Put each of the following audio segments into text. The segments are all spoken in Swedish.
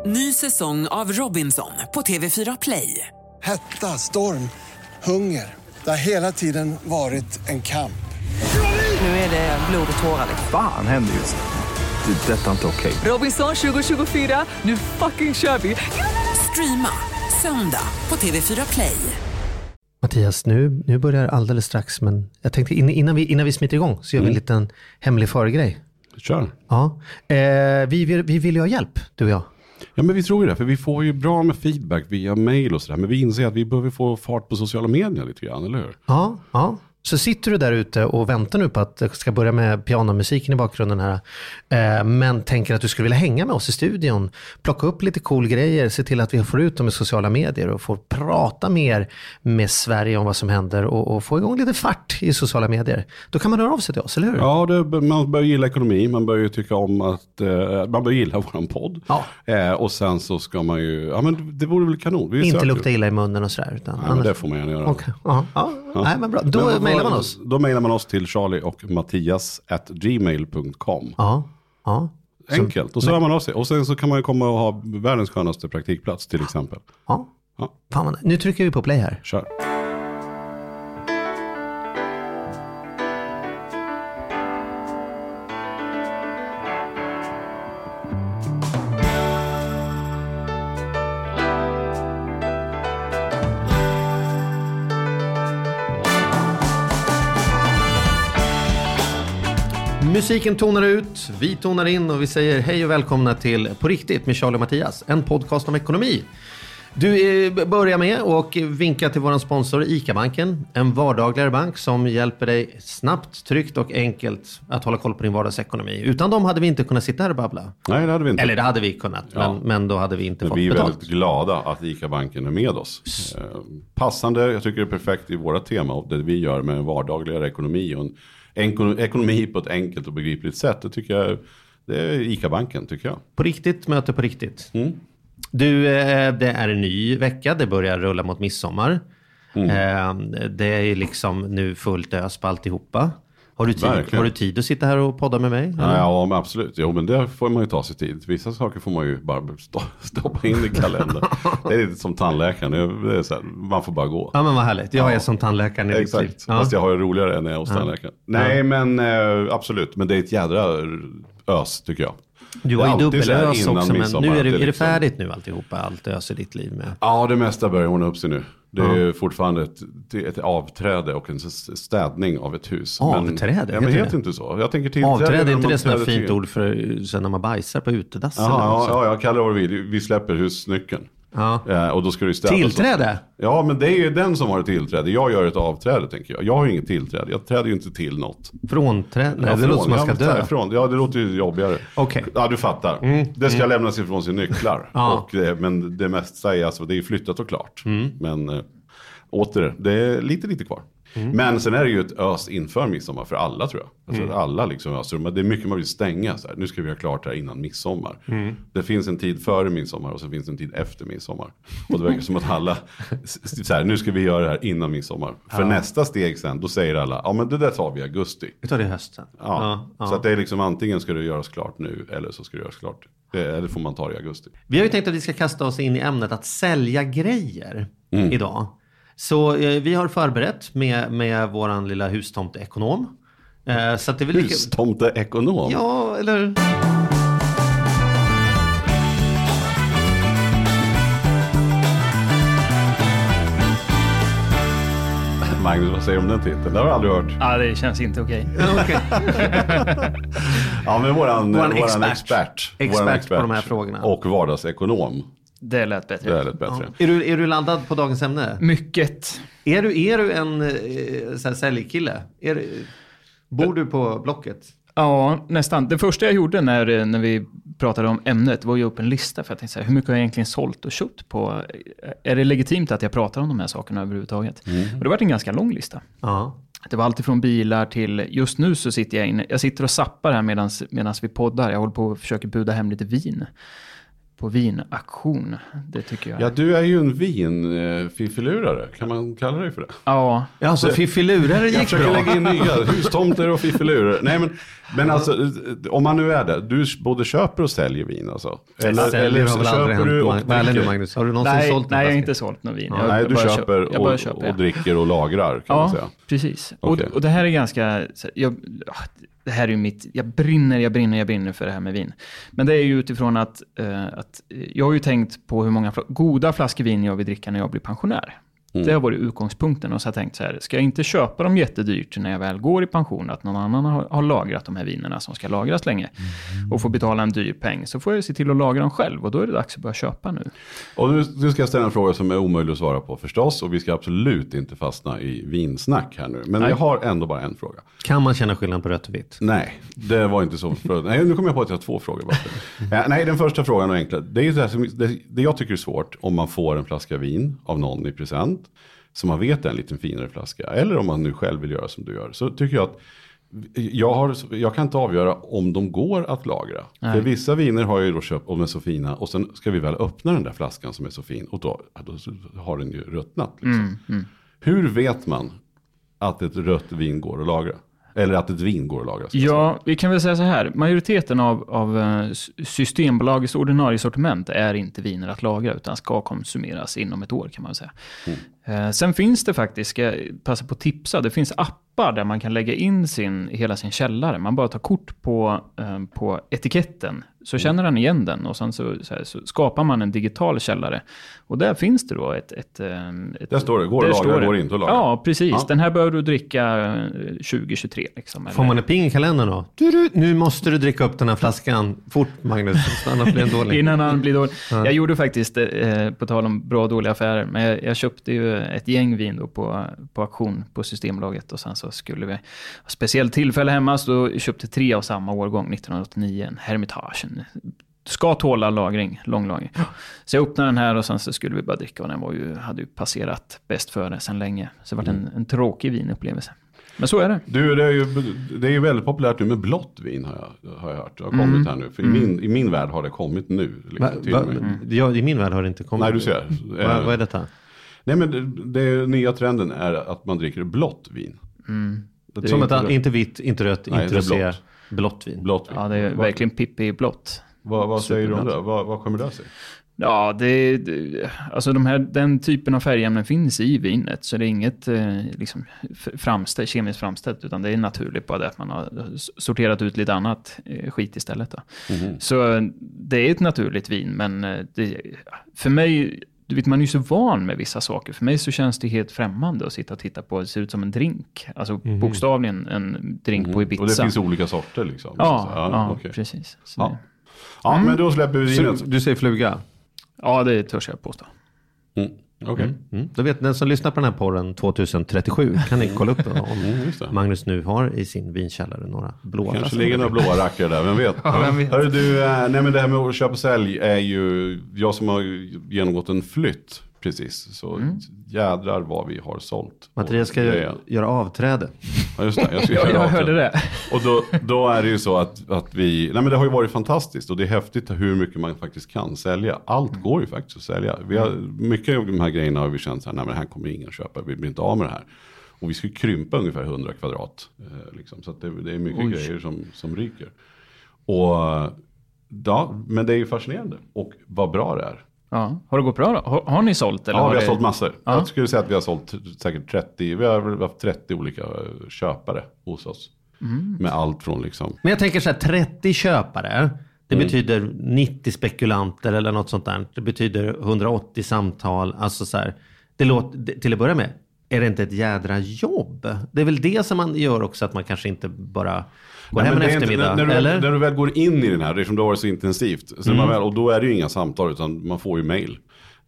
Ny säsong av Robinson på TV4 Play. Hetta, storm, hunger. Det har hela tiden varit en kamp. Nu är det blod och tårar. Fan händer just nu. Det. Detta är inte okej. Robinson 2024, nu fucking kör vi. Streama söndag på TV4 Play. Mattias, nu börjar alldeles strax, men jag tänkte innan vi smiter igång så gör vi en liten hemlig föregrej. Kör. Ja. Vi vill ju ha hjälp, du och jag. Ja, men vi tror ju det, för vi får ju bra med feedback via mail och sådär. Men vi inser att vi behöver få fart på sociala medier lite grann, eller hur? Ja. Så sitter du där ute och väntar nu på att det ska börja med pianomusiken i bakgrunden här. Men tänker att du skulle vilja hänga med oss i studion. Plocka upp lite cool grejer. Se till att vi får ut dem i sociala medier. Och får prata mer med Sverige om vad som händer. Och få igång lite fart i sociala medier. Då kan man röra av sig till oss, eller hur? Ja, man bör gilla ekonomi. Man bör ju tycka om att... man bör gilla våran podd. Ja. Och sen så ska man ju... Ja, men det vore väl kanon. Inte lukta illa i munnen och sådär. Utan nej, men det får man gärna göra. Okay. Ja. Nej, men bra. Då mejlar man oss. Då mejlar man oss till charlie.mattias@gmail.com. Ja. Enkelt. Och så hör man av sig. Och sen så kan man ju komma och ha världens skönaste praktikplats till exempel. Ja. Fan, nu trycker vi på play här. Kör. Musiken tonar ut, vi tonar in och vi säger hej och välkomna till På riktigt med Charlie och Mattias, en podcast om ekonomi. Du börjar med och vinka till våran sponsor ICA-banken, en vardagligare bank som hjälper dig snabbt, tryggt och enkelt att hålla koll på din vardagsekonomi. Utan dem hade vi inte kunnat sitta här och babbla. Nej, det hade vi inte. Eller det hade vi kunnat, men då hade vi inte fått betalt. Vi är betalt. väldigt glada att ICA-banken är med oss. Passande, jag tycker det är perfekt i våra tema och det vi gör med en vardagligare ekonomi och en ekonomi på ett enkelt och begripligt sätt. Det tycker jag, det är ICA-banken tycker jag. På riktigt möter på riktigt. Du, det är en ny vecka, det börjar rulla mot midsommar. Det är liksom nu fullt ös på alltihopa. Har du tid att sitta här och podda med mig? Ja, men absolut. Jo, men det får man ju ta sig tid. Vissa saker får man ju bara stoppa in i kalendern. Det är lite som tandläkaren. Det är så här, man får bara gå. Ja, men vad härligt. Jag är som tandläkaren i ditt liv. Exakt. Fast jag har ju roligare än när jag är hos tandläkaren. Nej, men absolut. Men det är ett jädra ös tycker jag. Du har ju dubbelös också, men nu är det liksom färdigt nu alltihopa, allt ös i ditt liv med. Ja, det mesta börjar ordna upp sig nu. Det är fortfarande ett avträde och en städning av ett hus. Avträde? Men heter inte så. Jag tänker tillträde. Avträde, är inte det sådant fint ord för sen när man bajsar på utedass? Ja, jag kallar det vi släpper husnyckeln. Ja. Och då ska du städa. Tillträde? Ja, men det är ju den som har ett tillträde. Jag gör ett avträde, tänker jag. Jag har ju inget tillträde. Jag träder ju inte till något. Frånträde? Nej, det låter som man ska dö. Ja, det låter ju jobbigare. Okay. Ja, du fattar. Det ska lämnas ifrån sin nycklar. Men det mesta är alltså, det är flyttat och klart. Men åter, det är lite kvar. Men sen är det ju ett ös inför midsommar för alla, tror jag. Jag tror att alla liksom öser. Men det är mycket man vill stänga. Så här. Nu ska vi ha klart det här innan midsommar. Det finns en tid före midsommar och så finns det en tid efter midsommar. Och det verkar som att alla, så här, nu ska vi göra det här innan midsommar. För nästa steg sen, då säger alla, ja men det där tar vi i augusti. Vi tar det i hösten. Så att det är liksom antingen ska det göras klart nu eller så ska det göras klart. Eller får man ta det i augusti. Vi har ju tänkt att vi ska kasta oss in i ämnet att sälja grejer idag. Så vi har förberett med våran lilla hustomteekonom. Så att det är väl hustomteekonom? Ja, eller... Magnus, vad säger du om den titeln? Det har jag aldrig hört. Ja, det känns inte okej. Ja, men våran expert på de här frågorna. Och vardagsekonom. Det lät bättre. Ja. Är du laddad på dagens ämne? Mycket. Är du en säljkille? Bor du på Blocket? Ja, nästan. Det första jag gjorde när vi pratade om ämnet var ju upp en lista för att tänka hur mycket har jag egentligen sålt och köpt på. Är det legitimt att jag pratar om de här sakerna överhuvudtaget? Och det var en ganska lång lista. Ja. Det var allt ifrån bilar till, just nu så sitter jag och zappar här medan vi poddar. Jag håller på och försöker buda hem lite vin. på vinaktion. Det tycker jag. Ja, du är ju en vinfiffilurare. Kan man kalla dig för det? Ja. Alltså fiffilurare gick bra. Jag försöker lägga in nya hustomter och fiffilurare. Nej, men alltså, om man nu är det. Du både köper och säljer vin alltså. Eller så köper du och dricker. Magnus, har du någonsin sålt? Nej, jag har inte sålt någon vin. Nej, du köper och dricker och lagrar kan man säga. Ja, precis. Okay. Och det här är ganska... Det här är ju jag brinner för det här med vin. Men det är ju utifrån att jag har ju tänkt på hur många goda flaskor vin jag vill dricka när jag blir pensionär. Det har varit utgångspunkten, och så har jag tänkt så här, ska jag inte köpa dem jättedyrt när jag väl går i pension, att någon annan har lagrat de här vinerna som ska lagras länge och få betala en dyr peng, så får jag se till att lagra dem själv, och då är det dags att börja köpa nu. Och nu ska jag ställa en fråga som är omöjlig att svara på förstås, och vi ska absolut inte fastna i vinsnack här nu, men jag har ändå bara en fråga. Kan man känna skillnad på rött och vitt? Nej, det var inte så. Nej, nu kommer jag på att jag har 2 frågor. Nej, den första frågan är enklare. Det är ju det jag tycker är svårt om man får en flaska vin av någon i present, så man vet en liten finare flaska, eller om man nu själv vill göra som du gör, så tycker jag att jag kan inte avgöra om de går att lagra. Nej. För vissa viner har jag ju då köpt om de är så fina, och sen ska vi väl öppna den där flaskan som är så fin, och då har den ju ruttnat. Liksom. Hur vet man att ett rött vin går att lagra? Eller att ett vin går att lagra? Ja, vi kan väl säga så här. Majoriteten av Systembolagets ordinarie sortiment är inte viner att lagra, utan ska konsumeras inom ett år, kan man säga. Sen finns det faktiskt, ska jag passa på att tipsa, det finns appar där man kan lägga in hela sin källare. Man bara tar kort på etiketten, så känner den igen den, och sen så skapar man en digital källare. Och där finns det då ett där står det, går att lagra, går inte att lagra. Ja, precis. Ja. Den här bör du dricka 2023 liksom. Får man en ping i kalendern då? Nu måste du dricka upp den här flaskan fort, Magnus, annars blir den dålig. Innan han blir dålig. Ja. Jag gjorde faktiskt, på tal om bra och dåliga affärer, men jag köpte ju ett gäng vin då på auktion på Systembolaget, och sen så skulle vi ha speciellt tillfälle hemma, så då köpte 3 av samma årgång, 1989, en Hermitage. Ska tåla lagring, lång lagring. Så jag öppnade den här, och sen så skulle vi bara dricka, och den hade ju passerat bäst före sedan länge. Så det var en tråkig vinupplevelse. Men så är det. Du, det är ju väldigt populärt nu med blått vin, har jag hört. Det har kommit här nu. För i min värld har det kommit nu. Ja, i min värld har det inte kommit. Nej, du ser. Vad är detta? Nej, men det nya trenden är att man dricker blått vin. Som att inte vitt, inte rött, inte rosé, blått vin. Blått vin. Ja, det är verkligen Pippi blått. Vad säger du om det? Vad kommer det sig? Ja, alltså den typen av färgämnen finns i vinet, så det är inget liksom kemiskt framställt, utan det är naturligt bara det att man har sorterat ut lite annat skit istället då. Så det är ett naturligt vin, men för mig, du vet, man är ju så van med vissa saker. För mig så känns det helt främmande att sitta och titta på. Det ser ut som en drink. Alltså bokstavligen en drink på Ibiza. Och det finns olika sorter liksom. Ja, okay. Precis. Så ja, men då släpper vi vinet. Du säger fluga? Ja, det törs jag påstå. Okay. Då vet den som lyssnar på den här porren 2037 kan ni kolla upp om Magnus nu har i sin vinkällare några blåa. Kanske ligger några blåa rackare där, vem vet. Hörru du, nej, men det här med att köpa och sälj är ju jag som har genomgått en flytt precis, så jädrar vad vi har sålt. Mattias ska göra avträde. Ja, just det. Jag hörde det. Och då är det ju så att vi... Nej, men det har ju varit fantastiskt, och det är häftigt hur mycket man faktiskt kan sälja. Allt går ju faktiskt att sälja. Vi har, mycket av de här grejerna har vi känt så här, nej men här kommer ingen köpa, vi blir inte av med det här. Och vi ska krympa ungefär 100 kvadrat. Liksom, så att det är mycket grejer som ryker. Och men det är ju fascinerande. Och vad bra det är. Ja. Har det gått bra då? Har ni sålt? Eller vi har sålt massor. Ja. Jag skulle säga att vi har sålt säkert 30. Vi har haft 30 olika köpare hos oss. Med allt från liksom... Men jag tänker så här, 30 köpare. Det betyder 90 spekulanter eller något sånt där. Det betyder 180 samtal. Alltså så här, det låter, till att börja med, är det inte ett jädra jobb? Det är väl det som man gör också, att man kanske inte bara... hem en eftermiddag, när du väl går in i den här, det är som det har varit så intensivt, så och då är det ju inga samtal, utan man får ju mejl.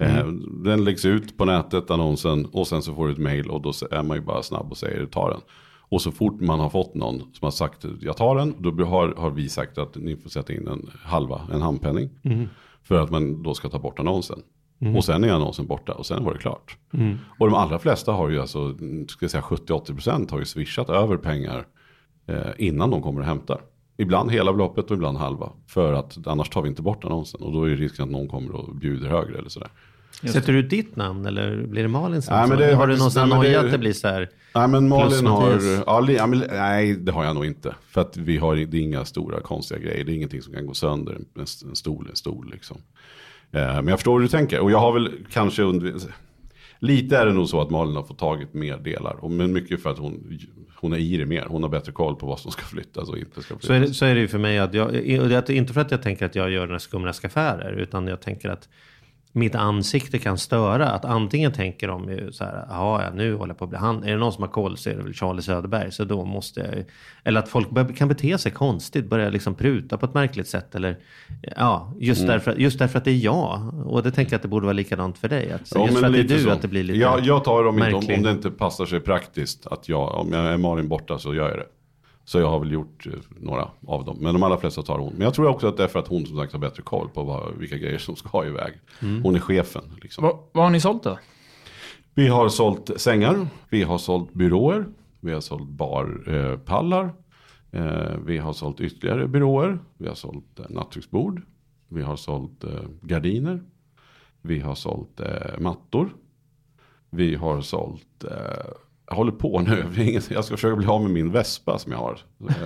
Den läggs ut på nätet, annonsen, och sen så får du ett mejl, och då är man ju bara snabb och säger ta den. Och så fort man har fått någon som har sagt jag tar den, då har vi sagt att ni får sätta in en handpenning för att man då ska ta bort annonsen. Och sen är annonsen borta, och sen var det klart. Och de allra flesta har ju alltså, ska jag säga 70-80% har ju swishat över pengar innan de kommer och hämtar. Ibland hela beloppet och ibland halva. För att annars tar vi inte bort annonsen. Och då är det risken att någon kommer och bjuder högre eller sådär. Sätter du ditt namn eller blir det Malins namn? Nej, men det har du någonstans nojat att det blir så här? Nej, men Malin har... nej, det har jag nog inte. För att det är inga stora konstiga grejer. Det är ingenting som kan gå sönder. En stol liksom. Men jag förstår hur du tänker. Och jag har väl kanske lite är det nog så att Malin har fått tagit mer delar. Men mycket för att hon är i det mer. Hon har bättre koll på vad som ska flyttas och inte ska flyttas. Så är det ju för mig att det är inte för att jag tänker att jag gör några skumraskaffärer. Utan jag tänker att mitt ansikte kan störa. Att antingen tänker de ju så här, ja nu håller jag på att bli är det någon som har koll så är det väl Charlie Söderberg. Så då måste jag, eller att folk kan bete sig konstigt, börja liksom pruta på ett märkligt sätt. Eller ja, just därför att det är jag. Och det tänker jag att det borde vara likadant för dig. Att, just för att det är du så. Att det blir lite jag tar dem inte om det inte passar sig praktiskt. Att om jag är Malin borta så gör jag det. Så jag har väl gjort några av dem. Men de allra flesta tar hon. Men jag tror också att det är för att hon som sagt har bättre koll på vilka grejer som ska iväg. Hon är chefen. Liksom. Vad har ni sålt då? Vi har sålt sängar. Vi har sålt byråer. Vi har sålt barpallar. Vi har sålt ytterligare byråer. Vi har sålt nattduksbord. Vi har sålt gardiner. Vi har sålt mattor. Vi har sålt... Jag håller på nu. Jag ska försöka bli av med min Vespa som jag har.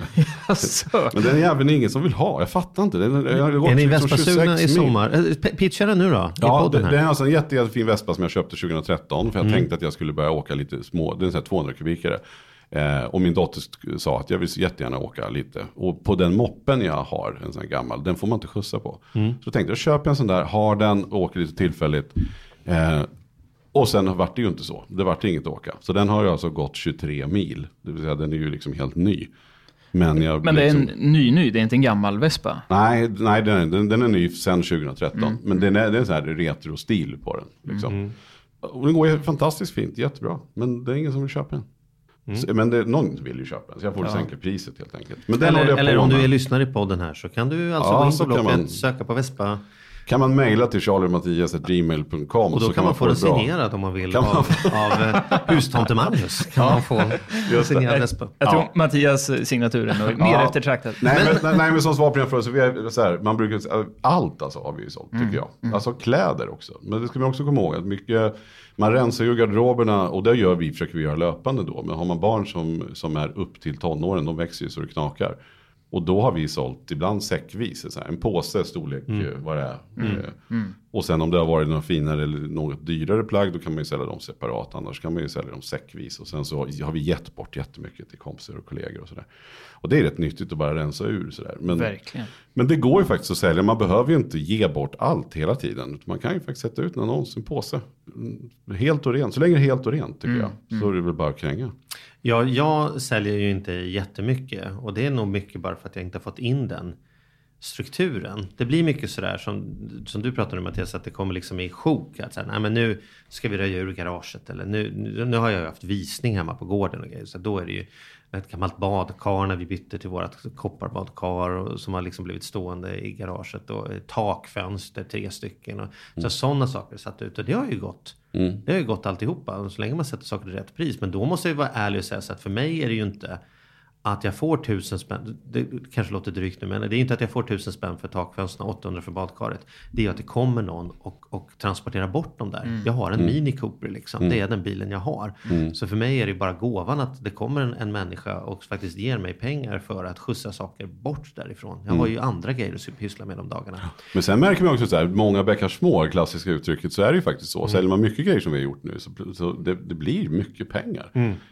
Men den är även ingen som vill ha. Jag fattar inte. Är ni Vespa-sugna i sommar? Pitcha den nu då? Ja, det är alltså en jättefin Vespa som jag köpte 2013. För jag tänkte att jag skulle börja åka lite små. Det är en sån här 200 kubikare. Och min dotter sa att jag vill jättegärna åka lite. Och på den moppen jag har, en sån här gammal, den får man inte skjutsa på. Så tänkte jag, köper en sån där, har den och åker lite tillfälligt. Och sen vart det ju inte så. Det vart inget att åka. Så den har ju alltså gått 23 mil. Det vill säga den är ju liksom helt ny. Men det är en ny, det är inte en gammal Vespa? Nej den är ny sedan 2013. Men det är en sån här retro-stil på den. Liksom. Och den går ju fantastiskt fint, jättebra. Men det är ingen som vill köpa den. Men någon vill ju köpa den. Så jag får sänka priset helt enkelt. Men den eller om du är lyssnare i podden här så kan du alltså gå in på bloggen, söka på Vespa. Kan man mejla till charliemattias@gmail.com och då kan man få den signerad om man vill av hustomte Magnus. Kan man få signerad Vespa. Jag tror Mattias signaturen är mer eftertraktad. Nej, men som svar på den frågan så vi är så här, man brukar allt alltså har vi ju sålt tycker jag. Alltså kläder också. Men det ska man också komma ihåg att mycket man rensar ju garderoberna och det försöker vi göra löpande då. Men har man barn som är upp till tonåren, de växer ju så det knakar. Och då har vi sålt ibland säckvis, så här, en påse storlek vad det är. Och sen om det har varit några finare eller något dyrare plagg, då kan man ju sälja dem separat. Annars kan man ju sälja dem säckvis. Och sen så har vi gett bort jättemycket till kompisar och kollegor och sådär. Och det är rätt nyttigt att bara rensa ur sådär. Verkligen. Men det går ju faktiskt att sälja. Man behöver ju inte ge bort allt hela tiden. Man kan ju faktiskt sätta ut en annons, en påse. Helt och rent. Så länge det är helt och rent tycker jag. Så är det väl bara att kränga. Ja, jag säljer ju inte jättemycket. Och det är nog mycket bara för att jag inte har fått in den strukturen. Det blir mycket sådär som du pratade om, Mattias, att det kommer liksom i sjok. Att säga, nej men nu ska vi röja ur garaget. Eller nu har jag ju haft visning hemma på gården och grejer. Så då är det ju ett gammalt badkar när vi bytte till vårt kopparbadkar som har liksom blivit stående i garaget. Och takfönster 3 stycken. Och så sådana saker satt ut. Och det har ju gått. Det har ju gått alltihopa. Så länge man sätter saker i rätt pris. Men då måste jag vara ärlig och säga så att för mig är det ju inte att jag får 1000 spänn, det kanske låter drygt nu, men det är inte att jag får 1000 spänn för takfönsterna, 800 för badkaret. Det är att det kommer någon och transporterar bort dem där. Jag har en Mini Cooper liksom, det är den bilen jag har. Så för mig är det bara gåvan att det kommer en människa och faktiskt ger mig pengar för att skjutsa saker bort därifrån. Jag har ju andra grejer att pyssla med de dagarna. Men sen märker man också så här, många bäckar små, klassiska uttrycket, så är det ju faktiskt så. Säljer man mycket grejer som vi har gjort nu så det blir mycket pengar.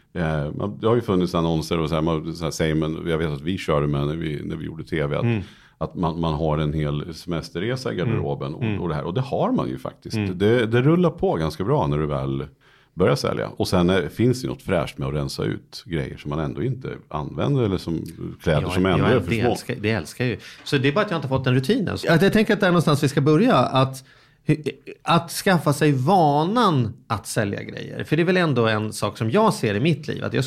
Det har ju funnits annonser och så här säger man, jag vet att vi körde med när vi gjorde tv att man har en hel semesterresa i garderoben och det här, och det har man ju faktiskt. Det rullar på ganska bra när du väl börjar sälja. Och sen finns det något fräscht med att rensa ut grejer som man ändå inte använder eller som kläder som ändå är för små. Det älskar ju. Så det är bara att jag inte fått den rutinen. Jag tänker att det är någonstans vi ska börja, att att skaffa sig vanan att sälja grejer. För det är väl ändå en sak som jag ser i mitt liv. Att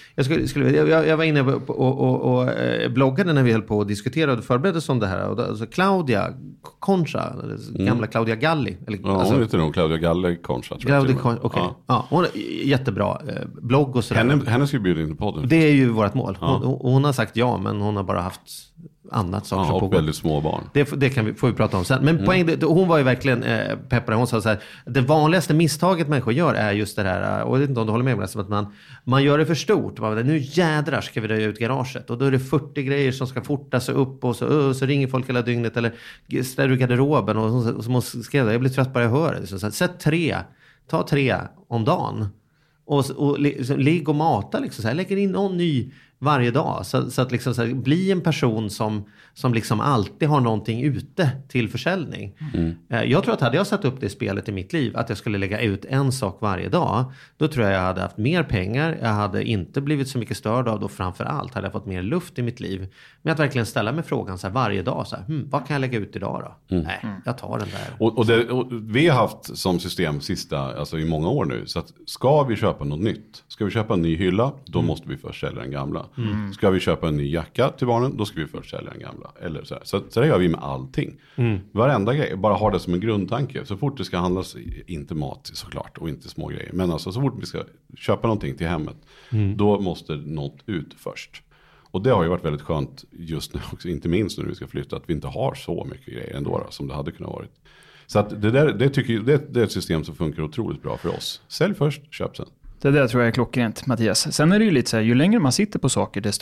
jag var inne och bloggade när vi höll på och diskuterade och förberedde oss om det här. Och alltså Claudia Concha, gamla Claudia Galli. Eller, ja, hon heter nog Claudia Galli Concha. Okay. Ja, hon är jättebra blogg och sådär. Henne ska bjuda in i podden. Det är ju vårt mål. Hon har sagt ja, men hon har bara haft annat saker och väldigt små barn. Det får vi prata om sen. Men hon var ju verkligen peppare. Hon sa så här, det vanligaste misstaget människor gör är just det här, och jag vet inte om du håller med mig, att man gör det för stort. Nu jädrar ska vi dra ut garaget. Och då är det 40 grejer som ska forta sig upp och så ringer folk hela dygnet eller ställer ur garderoben och så måste skriva, jag blir trött bara jag hör det. Så sätt 3. Ta 3 om dagen. Och ligg och mata liksom, så här, lägger in någon ny varje dag. Så att liksom, så här, bli en person som liksom alltid har någonting ute till försäljning. Jag tror att hade jag satt upp det spelet i mitt liv, att jag skulle lägga ut en sak varje dag, då tror jag hade haft mer pengar, jag hade inte blivit så mycket störd av det, och framförallt hade jag fått mer luft i mitt liv. Men att verkligen ställa mig frågan så här, varje dag, så här, vad kan jag lägga ut idag då? Nej, jag tar den där. Och vi har haft som system i många år nu, så att ska vi köpa något nytt, ska vi köpa en ny hylla, då måste vi först sälja den gamla. Ska vi köpa en ny jacka till barnen, då ska vi först sälja den gamla. Eller så det gör vi med allting. Varenda grej, bara ha det som en grundtanke. Så fort det ska handlas, inte mat såklart och inte små grejer, men alltså så fort vi ska köpa någonting till hemmet, då måste något ut först. Och det har ju varit väldigt skönt just nu också, inte minst när vi ska flytta, att vi inte har så mycket grejer ändå som det hade kunnat varit. Så att det är ett system som funkar otroligt bra för oss. Sälj först, köp sen. Det där tror jag är klockrent, Mattias. Sen är det ju lite så här, ju längre man sitter på saker, desto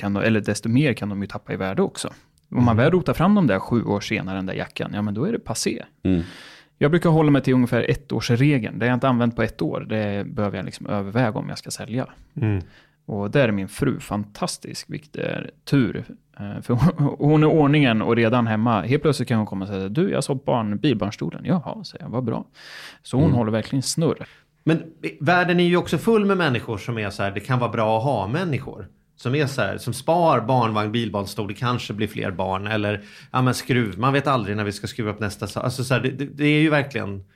mer kan de ju tappa i värde också. Om man väl rotar fram de där 7 år senare, den där jackan, ja men då är det passé. Jag brukar hålla mig till ungefär 1-årsregeln. Det jag inte använt på 1 år, det behöver jag liksom överväga om jag ska sälja. Och där är min fru fantastisk, vilket är tur. För hon är ordningen och redan hemma. Helt plötsligt kan hon komma och säga, du, jag såg bilbarnstolen. Jaha, säger jag, vad bra. Så hon håller verkligen snurr. Men världen är ju också full med människor som är så här, det kan vara bra att ha människor. Som är så här, som spar barnvagn, bilbarnstol, det kanske blir fler barn. Eller, ja men skruv, man vet aldrig när vi ska skruva upp nästa. Alltså så här, det är ju verkligen,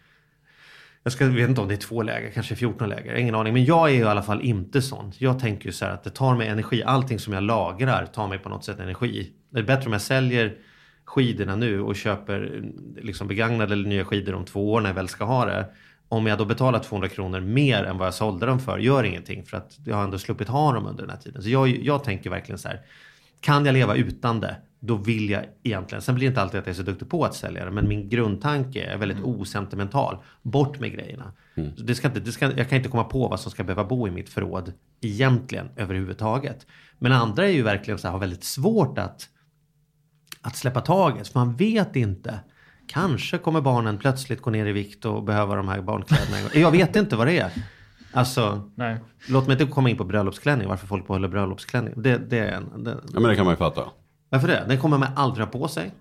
jag vet inte om det är 2 läger, kanske 14 läger, ingen aning. Men jag är i alla fall inte sån. Jag tänker ju så här att det tar mig energi, allting som jag lagrar tar mig på något sätt energi. Det är bättre om jag säljer skidorna nu och köper liksom begagnade eller nya skidor om 2 år när jag väl ska ha det. Om jag då betalar 200 kronor mer än vad jag sålde dem för, gör ingenting, för att jag har ändå sluppit ha dem under den här tiden. Så jag tänker verkligen så här, kan jag leva utan det, då vill jag egentligen. Sen blir det inte alltid att jag är så duktig på att sälja det, men min grundtanke är väldigt osentimental. Bort med grejerna. Jag kan inte komma på vad som ska behöva bo i mitt förråd egentligen överhuvudtaget. Men andra är ju verkligen så här, har väldigt svårt att släppa taget, för man vet inte. Kanske kommer barnen plötsligt gå ner i vikt och behöva de här barnkläderna. Jag vet inte vad det är. Alltså, nej. Låt mig inte komma in på bröllopsklänning. Varför folk behåller bröllopsklänning. Ja, men det kan man ju fatta. Varför det? Den kommer man aldrig ha på sig.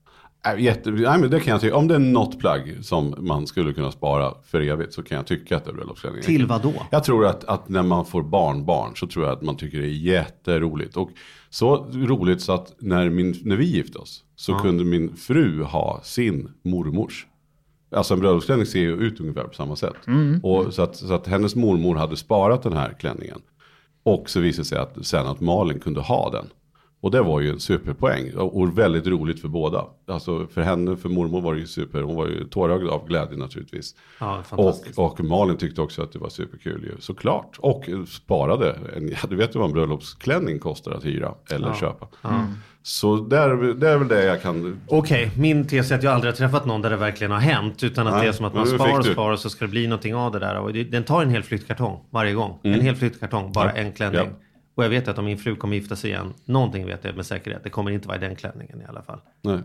Nej, men det kan jag tycka. Om det är något plagg som man skulle kunna spara för evigt, så kan jag tycka att det är bröllopsklänning. Till vad då? Jag tror att när man får barn så tror jag att man tycker det är jätteroligt. Och så roligt så att när vi gifte oss så kunde min fru ha sin mormors. Alltså en bröllopsklänning ser ju ut ungefär på samma sätt. Och så att hennes mormor hade sparat den här klänningen. Och så visade det sig att Malin kunde ha den. Och det var ju en superpoäng och väldigt roligt för båda. Alltså för henne, för mormor var det ju super. Hon var ju tårögd av glädje naturligtvis. Ja, fantastiskt. Och Malin tyckte också att det var superkul ju, såklart. Och sparade. Du vet ju vad en bröllopsklänning kostar att hyra eller köpa. Så det är väl det jag kan... Okej, min tes är att jag aldrig har träffat någon där det verkligen har hänt. Utan att det är som att man sparar och så ska det bli någonting av det där. Och den tar en hel flyttkartong varje gång. En hel flyttkartong, bara en klänning. Ja. Och jag vet att om min fru kommer gifta sig igen, någonting vet jag med säkerhet, det kommer inte vara i den klänningen i alla fall. Nej.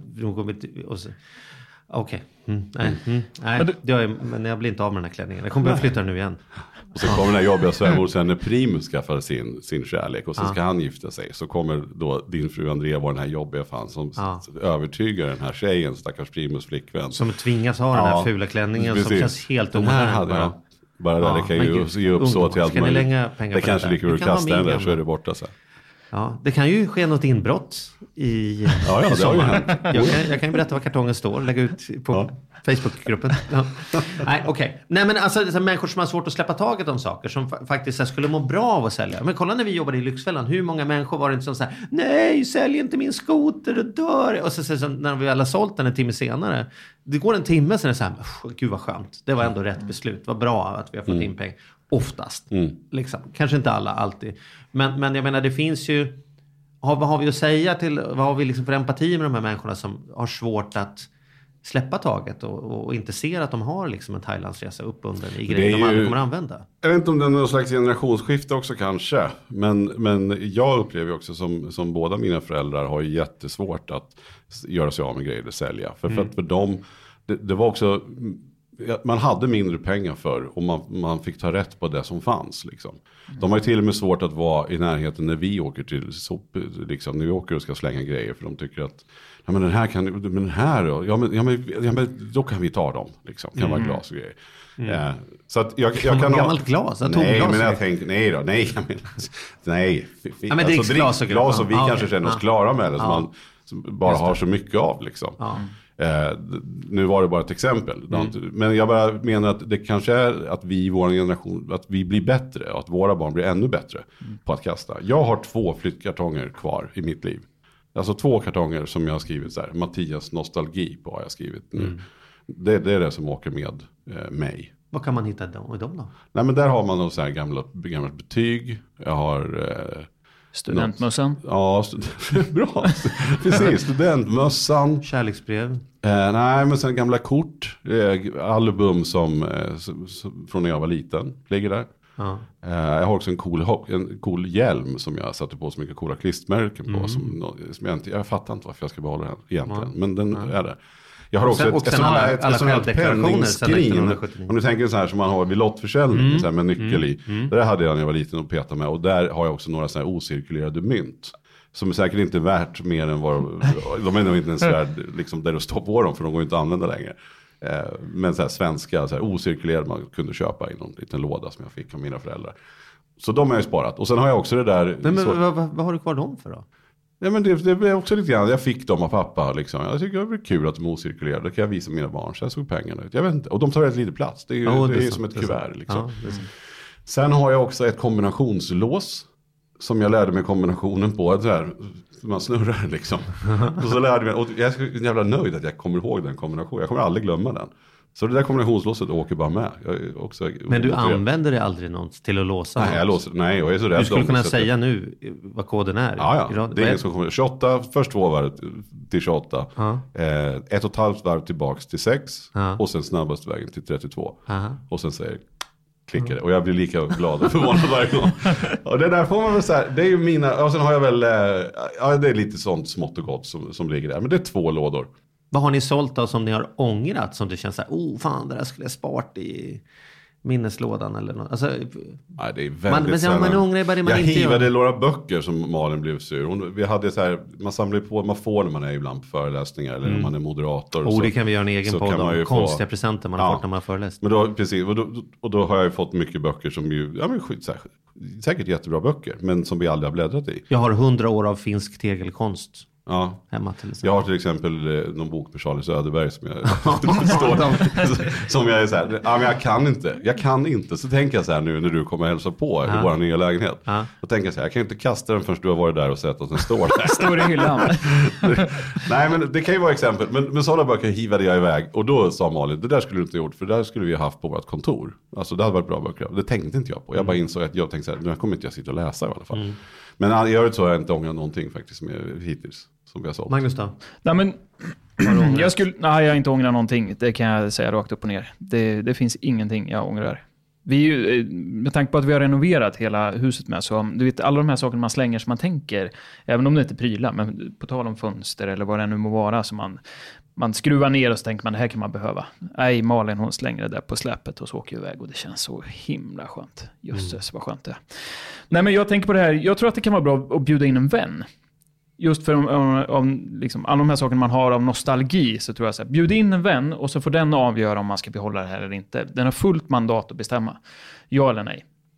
Okej. Men jag blir inte av med den här klänningen. Jag kommer behöva flytta nu igen. Och så kommer den här jobbiga svärmor sen när Primus skaffar sin kärlek och så ska han gifta sig. Så kommer då din fru Andrea vara den här jobbiga fan som övertygar den här tjejen, stackars Primus flickvän. Som tvingas ha den här fula klänningen som känns helt onödigt. Bara där det kan ju ge upp så till allt möjligt. Ni lägga pengar det kanske lika att kasta den där så är det borta så. Ja, det kan ju ske något inbrott i Ja, det har ju hänt. Jag kan ju berätta var kartongen står, lägga ut på Facebookgruppen. Ja. Nej, okej. Nej, men alltså människor som har svårt att släppa taget om saker som faktiskt skulle må bra av att sälja. Men kolla när vi jobbade i Lyxfällan, hur många människor var det inte som så här: nej, sälj inte min skoter, det dör. Och så när vi väl har sålt den en timme senare, det går en timme sen är det så här: gud vad skönt, det var ändå rätt beslut, vad bra att vi har fått in pengar. Oftast, liksom. Kanske inte alla, alltid. Men jag menar, det finns ju... Vad har vi att säga till... Vad har vi liksom för empati med de här människorna som har svårt att släppa taget och inte ser att de har liksom en Thailandsresa uppbunden i grejer de aldrig kommer att använda? Jag vet inte om det är någon slags generationsskifte också kanske. Men jag upplever också som båda mina föräldrar har jättesvårt att göra sig av med grejer och sälja. För dem... Det var också... Man hade mindre pengar för och man fick ta rätt på det som fanns. Liksom. De har ju till och med svårt att vara i närheten när vi åker till liksom, när vi åker och ska slänga grejer. För de tycker att ja, men den här kan, men den här då? Ja, men då kan vi ta dem. Liksom. Kan vara glas och grejer. Så att jag kan ha... Gammalt glas? Nej, men jag tänkte, nej. Nej. Ja, men dricksglas och vi kanske känner oss klara med det. Som man bara har så mycket av liksom. Nu var det bara ett exempel. Men jag bara menar att det kanske är att vi i vår generation, att vi blir bättre och att våra barn blir ännu bättre på att kasta. Jag har 2 flyttkartonger kvar i mitt liv. Alltså 2 kartonger som jag har skrivit så här, Mattias nostalgi på har jag skrivit nu. Det är det som åker med mig. Vad kan man hitta i dem då? Nej, men där har man någon så här gamla betyg. Jag har... Studentmössan. Ja, bra. Precis, studentmössan. Kärleksbrev. Nej, men sen gamla kort. Album som från när jag var liten ligger där. Jag har också en cool hjälm som jag satte på så mycket coola klistermärken på. Som jag fattar inte varför jag ska behålla den egentligen. Men den är det. Jag har också ett penningskrin. Om du tänker så här som man har vid lottförsäljning så här med nyckel i. Där hade jag när jag var liten och petade med. Och där har jag också några så här ocirkulerade mynt. Som är säkert inte värt mer än vad de är nog inte ens värd liksom, där du står på dem. För de går inte att använda längre. Men så här svenska, så här ocirkulerade man kunde köpa i någon liten låda som jag fick av mina föräldrar. Så de har jag sparat. Och sen har jag också det där... Men vad har du kvar dem för då? Ja, men det är också lite grann, jag fick dem av pappa liksom. Jag tycker det var kul att de är ocirkulerade. Det kan jag visa mina barn, så jag såg pengarna ut. Jag vet inte, och de tar rätt lite plats. Det är ju som ett kuvert liksom. Sen har jag också ett kombinationslås som jag lärde mig kombinationen på. Så här, man snurrar liksom. Och så lärde jag mig, och jag är så jävla nöjd att jag kommer ihåg den kombinationen. Jag kommer aldrig glömma den. Så det där kombinationslåset åker bara med. Men du använder det aldrig något till att låsa? Nej, jag är så rädd. Du skulle kunna säga nu vad koden är. Ja. Det är ingen som kommer. 28, först 2 varv till 28. 1,5 varv tillbaks till 6. Och sen snabbast vägen till 32. Och sen säger klickar det. Och jag blir lika glad och förvånad varje gång. Och det där får man väl så här, det är ju mina, och sen har jag väl, det är lite sånt smått och gott som ligger där. Men det är 2 lådor. Vad har ni sålt då som ni har ångrat? Som det känns så här, fan det där skulle jag spart i minneslådan eller något. Alltså, nej, det är väldigt sällan. Man ångrar bara det man jag inte hivade gör. några böcker som Malin blev sur. Vi hade så här, man samlar på, man får när man är ibland på föreläsningar eller när man är moderator. Det kan vi göra en egen podd om. Konstiga presenter man har fått när man har föreläst. Men då, precis, och då har jag ju fått mycket böcker som ju, säkert jättebra böcker, men som vi aldrig har bläddrat i. Jag har 100 år av finsk tegelkonst. Ja. Hemma till exempel. Jag har till exempel någon bok med Charlie Söderberg som som jag är så här, men jag kan inte. Så tänker jag så här nu när du kommer hälsa på i vår nya lägenhet. Då tänker jag så här, jag kan inte kasta den förrän du har varit där och sett att den står där. Står i hyllan. Nej, men det kan ju vara exempel. Men sådana böcker hivade jag iväg. Och då sa Malin, det där skulle du inte gjort. För det där skulle vi ha haft på vårt kontor. Alltså det hade varit bra böcker. Det tänkte inte jag på. Jag bara insåg att jag tänkte så här, nu kommer inte jag sitta och läsa i alla fall. Men i övrigt så har jag inte ångrat någonting faktiskt hittills. Som vi har sålt. Magnus då? Nej, men jag har inte ångrat någonting. Det kan jag säga rakt upp och ner. Det finns ingenting jag ångrar. Med tanke på att vi har renoverat hela huset med, så du vet, alla de här sakerna man slänger som man tänker, även om det inte är prylar, men på tal om fönster eller vad det nu må vara, som man skruvar ner och så tänker man, det här kan man behöva. Nej, Malin hon slänger det där på släpet och så åker iväg och det känns så himla skönt. Jösses, vad skönt det är. Nej, men jag tänker på det här, jag tror att det kan vara bra att bjuda in en vän. Just för liksom, alla de här sakerna man har av nostalgi, så tror jag så här, bjud in en vän och så får den avgöra om man ska behålla det här eller inte. Den har fullt mandat att bestämma. Ja eller nej.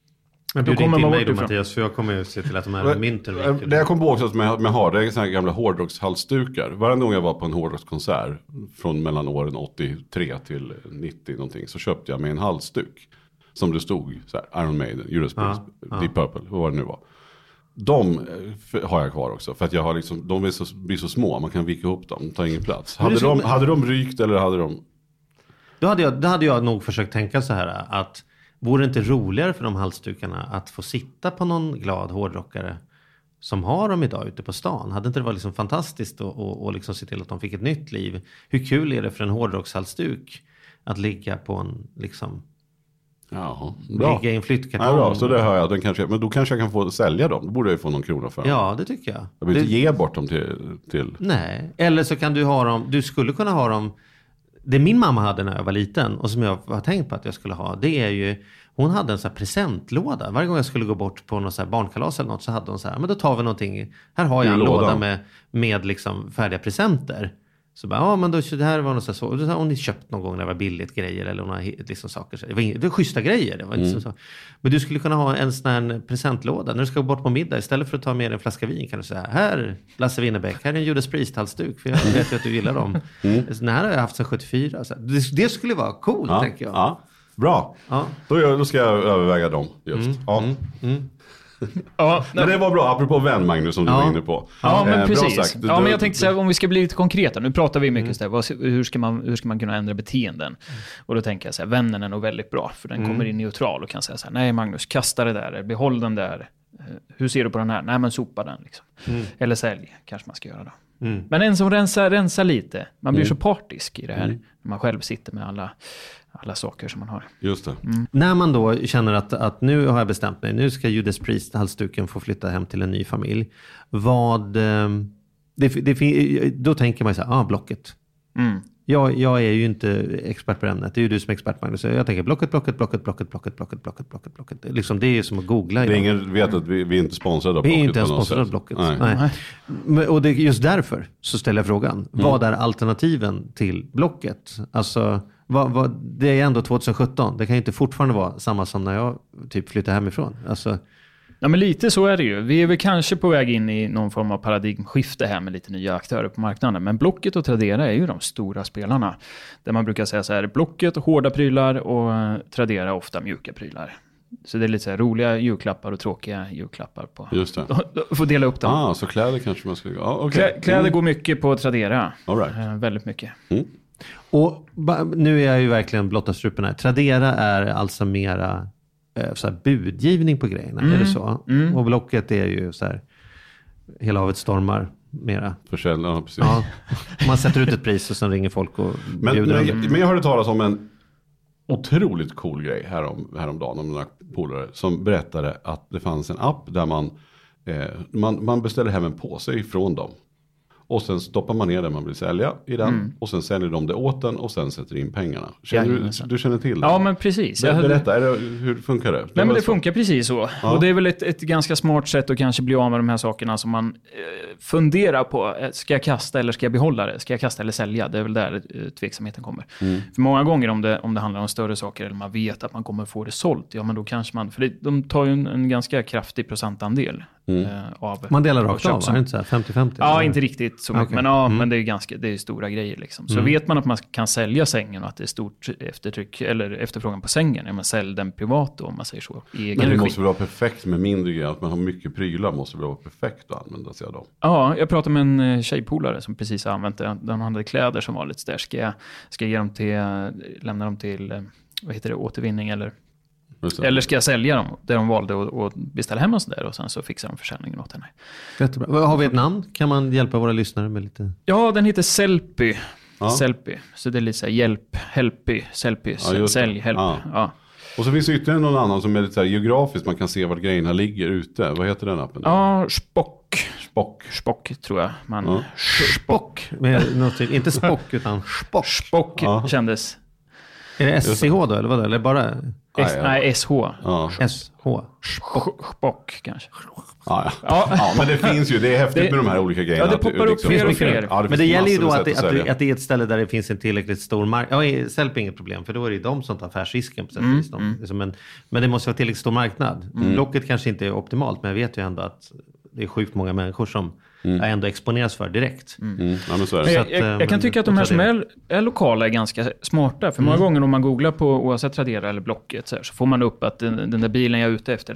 Men då bjud kommer inte in man mig bort då ifrån. Mattias, för jag kommer ju se till att de här mynten ryker. Det jag kommer ihåg också med har, det är såna här gamla hårdrockshalsdukar. Varje gång jag var på en hårdrockskonsert från mellan åren 83 till 90 någonting, så köpte jag mig en halsduk som det stod så här, Iron Maiden, Judas Priest, Deep Purple, vad det nu var. De har jag kvar också, för att jag har liksom, de blir så små, man kan vika ihop dem, de tar ingen plats. Hade de rykt eller hade de... Då hade jag nog försökt tänka så här att vore det inte roligare för de halsdukarna att få sitta på någon glad hårdrockare som har dem idag ute på stan? Hade inte det varit liksom fantastiskt och liksom se till att de fick ett nytt liv? Hur kul är det för en hårdrockshalsduk att ligga på en liksom... Ja, bra. Ligga i en flyttkartong. Ja, bra, så det hör jag. Men då kanske jag kan få sälja dem. Då borde jag få någon krona för dem. Ja, det tycker jag. Jag vill inte ge bort dem till... Nej, eller så kan du ha dem... Du skulle kunna ha dem... Det min mamma hade när jag var liten och som jag har tänkt på att jag skulle ha, det är ju... Hon hade en sån här presentlåda. Varje gång jag skulle gå bort på någon så här barnkalas eller något, så hade hon så här, men då tar vi någonting. Här har jag en låda med liksom färdiga presenter. Så bara, ja men då, det här var något så. Då har hon köpt någon gång när det var billigt grejer eller hon har liksom saker. Det var schyssta grejer. Det var inte så. Men du skulle kunna ha en sån här presentlåda. När du ska gå bort på middag, istället för att ta med en flaska vin, kan du säga, här Lasse Winnerbäck, här är en Judas Priest-halsduk. För jag vet ju att du gillar dem. Den här har jag haft sedan 74. Så det skulle vara coolt, tänker jag. Ja, bra. Ja. Då ska jag överväga dem just. Ja, men det var bra, apropå vän, Magnus, som du var inne på. Ja, men precis. Men jag tänkte säga, om vi ska bli lite konkreta, nu pratar vi mycket så här, hur ska man kunna ändra beteenden? Och då tänker jag så här, vännen är nog väldigt bra, för den kommer in neutral och kan säga så här, nej Magnus, kasta det där, behåll den där. Hur ser du på den här? Nej, men sopa den liksom. Eller sälj, kanske man ska göra då. Men en som rensar lite, man blir så partisk i det här, när man själv sitter med alla saker som man har. Just det. När man då känner att nu har jag bestämt mig, nu ska Judas Priest-halsduken få flytta hem till en ny familj. Då tänker man så här, Blocket. Jag är ju inte expert på ämnet. Det är ju du som är expert, Magnus. Jag tänker Blocket. Liksom, det är ju som att googla. Det är ingen vet att vi är inte sponsrade av Blocket. Vi är inte ens sponsrade av Blocket. Nej. Och det är just därför så ställer jag frågan. Vad är alternativen till Blocket? Alltså, det är ändå 2017. Det kan ju inte fortfarande vara samma som när jag typ flyttade hemifrån. Alltså... Ja, men lite så är det ju. Vi är väl kanske på väg in i någon form av paradigmskifte här med lite nya aktörer på marknaden. Men Blocket och Tradera är ju de stora spelarna. Där man brukar säga så här, Blocket hårda prylar och Tradera ofta mjuka prylar. Så det är lite så här roliga julklappar och tråkiga julklappar på. Just det. Får dela upp dem. Så kläder kanske man ska... Kläder går mycket på Tradera. All right. Väldigt mycket. Och nu är jag ju verkligen blotta strupen här. Tradera är alltså mera... så här budgivning på grejerna, är det så? Och Blocket är ju så här, hela havet stormar mera. Försäljning, precis. Ja, man sätter ut ett pris och sen ringer folk och bjuder. Men jag hörde talas om en otroligt cool grej häromdagen om några polare som berättade att det fanns en app där man beställer hem en påse ifrån dem. Och sen stoppar man ner det man vill sälja i den. Och sen säljer de det åt den och sen sätter in pengarna. Du känner till det? Ja, men precis. Berätta, hur funkar det? Nej, men det funkar precis så. Ja. Och det är väl ett ganska smart sätt att kanske bli av med de här sakerna som man funderar på. Ska jag kasta eller ska jag behålla det? Ska jag kasta eller sälja? Det är väl där tveksamheten kommer. För många gånger om det handlar om större saker eller man vet att man kommer få det sålt, ja men då kanske man... För de tar ju en ganska kraftig procentandel av... Man delar rakt av, är det inte så här 50-50? Ja, eller? Inte riktigt så mycket. Okay. Men det är stora grejer liksom. Så vet man att man kan sälja sängen och att det är stort eftertryck eller efterfrågan på sängen, ja, man säljer den privat då, om man säger så. Men det måste vara perfekt med mindre grejer, att man har mycket prylar måste vara perfekt att använda sig av dem. Ja, jag pratade med en tjejpolare som precis har använt det. De hade kläder som var lite där. Ska jag ge dem lämna dem till återvinning eller ska jag sälja dem? Där de valde att beställa hem och sådär och sen så fixar de försäljningen åt henne. Jättebra. Har vi ett namn? Kan man hjälpa våra lyssnare med lite? Ja, den heter Sellpy. Ja. Sellpy. Så det är lite så här hjälp, helpy, Sellpy, sälj, help. Ja. Och så finns det ytterligare någon annan som är lite så här geografiskt. Man kan se vart grejerna ligger ute. Vad heter den appen? Ja, Spock tror jag. Spock. Inte Spock utan Spock. Kändes. Är det SCH då, eller vad? Eller bara... Nej, SH. Ja. SH. Spock kanske. Ja, men det finns ju, det är häftigt med de här olika grejerna. Ja, det poppar upp fler och fler. Ja, men det gäller ju då att det är ett ställe där det finns en tillräckligt stor marknad. Ja, Sellpy är inget problem, för då är det ju de som tar affärsrisken på sätt och vis. Men det måste vara tillräckligt stor marknad. Blocket kanske inte är optimalt, men jag vet ju ändå att det är sjukt många människor som ändå exponeras för direkt. Ja, men så är det. Jag kan tycka att de här som är lokala är ganska smarta. För många gånger om man googlar på oavsett Tradera eller Blocket så får man upp att den där bilen jag är ute efter,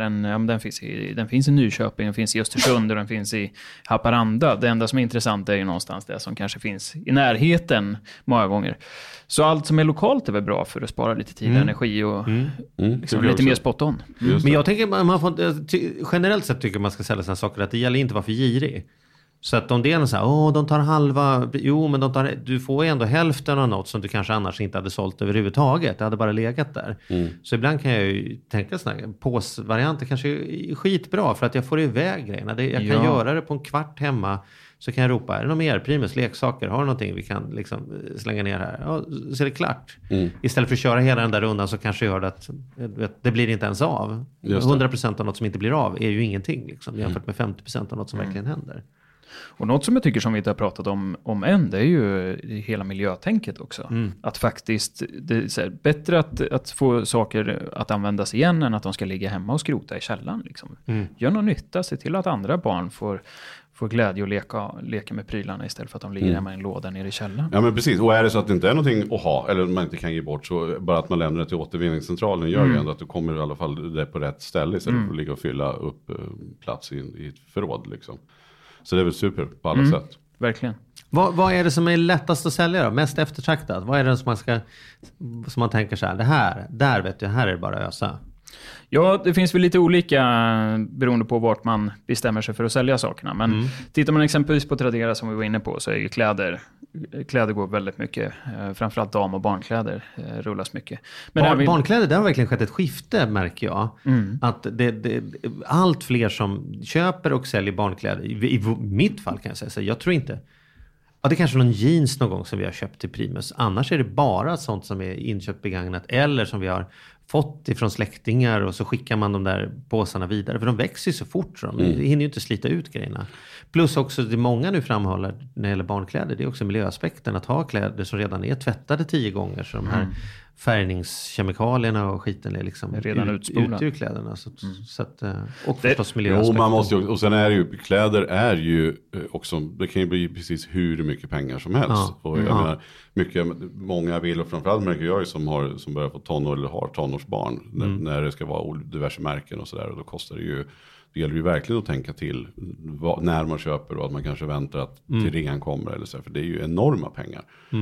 den finns i Nyköping, den finns i Östersund och den finns i Haparanda. Det enda som är intressant är ju någonstans det som kanske finns i närheten många gånger. Så allt som är lokalt är väl bra för att spara lite tid och energi och liksom lite mer spot on. Men jag tänker, generellt sett tycker man ska sälja sådana saker att det gäller inte att vara för girig. Så att om det är något så här, de tar halva, men du får ju ändå hälften av något som du kanske annars inte hade sålt överhuvudtaget. Det hade bara legat där. Så ibland kan jag ju tänka sådana här påsvarianter kanske är skitbra för att jag får iväg grejerna. Jag kan göra det på en kvart hemma, så kan jag ropa, är det något mer? Primus, leksaker, har du någonting vi kan liksom slänga ner här? Ja, så är det klart. Istället för att köra hela den där rundan så kanske gör det att det blir inte ens av. 100% av något som inte blir av är ju ingenting liksom, jämfört med 50% av något som verkligen händer. Och något som jag tycker som vi inte har pratat om än, det är ju hela miljötänket också. Att faktiskt, det är så här, bättre att få saker att användas igen än att de ska ligga hemma och skrota i källaren. Liksom. Gör någon nytta, se till att andra barn får glädje och leka med prylarna istället för att de ligger hemma i en låda nere i källaren. Ja, men precis. Och är det så att det inte är någonting att ha, eller man inte kan ge bort, så bara att man lämnar det till återvinningscentralen gör ju ändå att du kommer i alla fall det på rätt ställe istället för att ligga och fylla upp plats i ett förråd liksom. Så det är väl super på alla sätt. Verkligen. Vad är det som är lättast att sälja då? Mest eftertraktat? Vad är det som man tänker så här, där vet du, här är det bara att ösa? Ja, det finns väl lite olika beroende på vart man bestämmer sig för att sälja sakerna. Men tittar man exempelvis på Tradera som vi var inne på, så är ju kläder går väldigt mycket. Framförallt dam- och barnkläder rullas mycket. Men barnkläder, där har verkligen skett ett skifte, märker jag. Att det allt fler som köper och säljer barnkläder. I mitt fall kan jag säga så. Jag tror inte... Ja, det är kanske någon jeans någon gång som vi har köpt till Primus. Annars är det bara sånt som är inköpt begagnat eller som vi har fått ifrån släktingar, och så skickar man de där påsarna vidare. För de växer ju så fort, så de hinner ju inte slita ut grejerna. Plus också, det många nu framhåller när det gäller barnkläder, det är också miljöaspekten. Att ha kläder som redan är tvättade 10 gånger, så de här färgningskemikalierna och skiten är liksom redan utspolad ut ur kläderna. Så att, och förstås miljöaspekten. Jo, man måste ju, och sen är det ju, kläder är ju också, det kan ju bli precis hur mycket pengar som helst. Och jag menar, många vill, och framförallt märker jag ju som börjar få tonår eller har tonårsbarn, när det ska vara diverse märken och sådär, och då kostar det ju. Det gäller ju verkligen att tänka till när man köper, och att man kanske väntar att till ringen kommer eller så, för det är ju enorma pengar.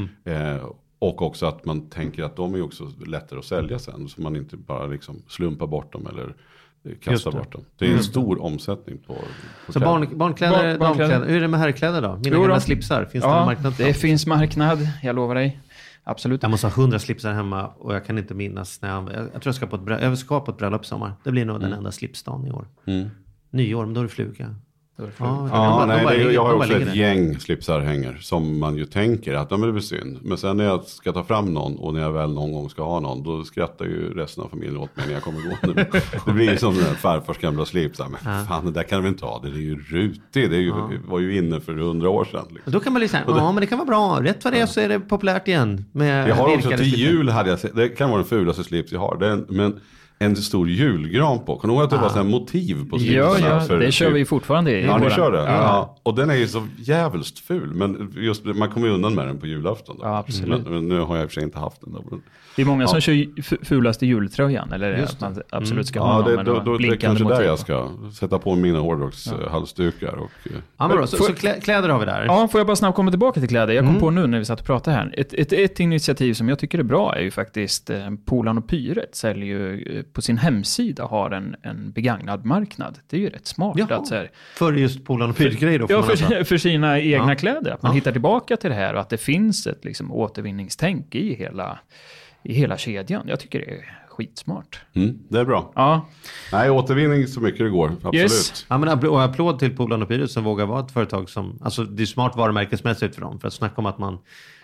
Och också att man tänker att de är också lättare att sälja sen, så man inte bara liksom slumpar bort dem eller kastar bort dem. Det är en stor omsättning på så barnkläder, damkläder. Hur är det med herrkläder då? Mina gamla slipsar, finns det en marknad? Det finns marknad, jag lovar dig. Absolut. Jag måste ha 100 slipsar hemma, och jag kan inte minnas när jag tror jag ska på ett bröllop sommar. Det blir nog den enda slipsdagen i år. Nyår, men då är det fluga. Jag har också ett gäng slipsar hänger som man ju tänker att det blir synd. Men sen när jag ska ta fram någon, och när jag väl någon gång ska ha någon, då skrattar ju resten av familjen åt mig när jag kommer gå. Det blir som den här farfars gamla slipsar. Men fan, det där kan vi inte ha. Det är ju rutigt. Var ju inne för 100 år sedan. Liksom. Då kan man liksom, men det kan vara bra. Rätt vad det är så är det populärt igen. Jag har också till jul, det kan vara den fulaste slips jag har. Men en stor julgran på. Kan du ihåg att det var sådana motiv på slipsarna? Ja, det kör vi fortfarande i. Ja, ni kör det. Ja. Och den är ju så jävligt ful. Men just man kommer ju undan med den på julafton. Då. Ja, absolut. Men nu har jag i och för sig inte haft den. Då. Det är många som kör fulaste jultröjan. Eller att man absolut ska ha någon. Det är kanske där jag ska sätta på mina hårdrockshalsdukar. Så kläder har vi där. Ja, får jag bara snabbt komma tillbaka till kläder. Jag kom på nu när vi satt och pratade här. Ett initiativ som jag tycker är bra är ju faktiskt Polarn och Pyret säljer ju på sin hemsida har en begagnad marknad. Det är ju rätt smart. Att, så här, för just Polarn och Pyret-grejer då? För sina egna kläder. Att man hittar tillbaka till det här och att det finns ett liksom, återvinningstänk i hela kedjan. Jag tycker det är skitsmart. Det är bra. Ja. Nej, återvinning så mycket det går. Absolut. Yes. Ja, men applåd till Polarn och Pyret som vågar vara ett företag som, alltså det är smart varumärkesmässigt för dem. För att snacka om att man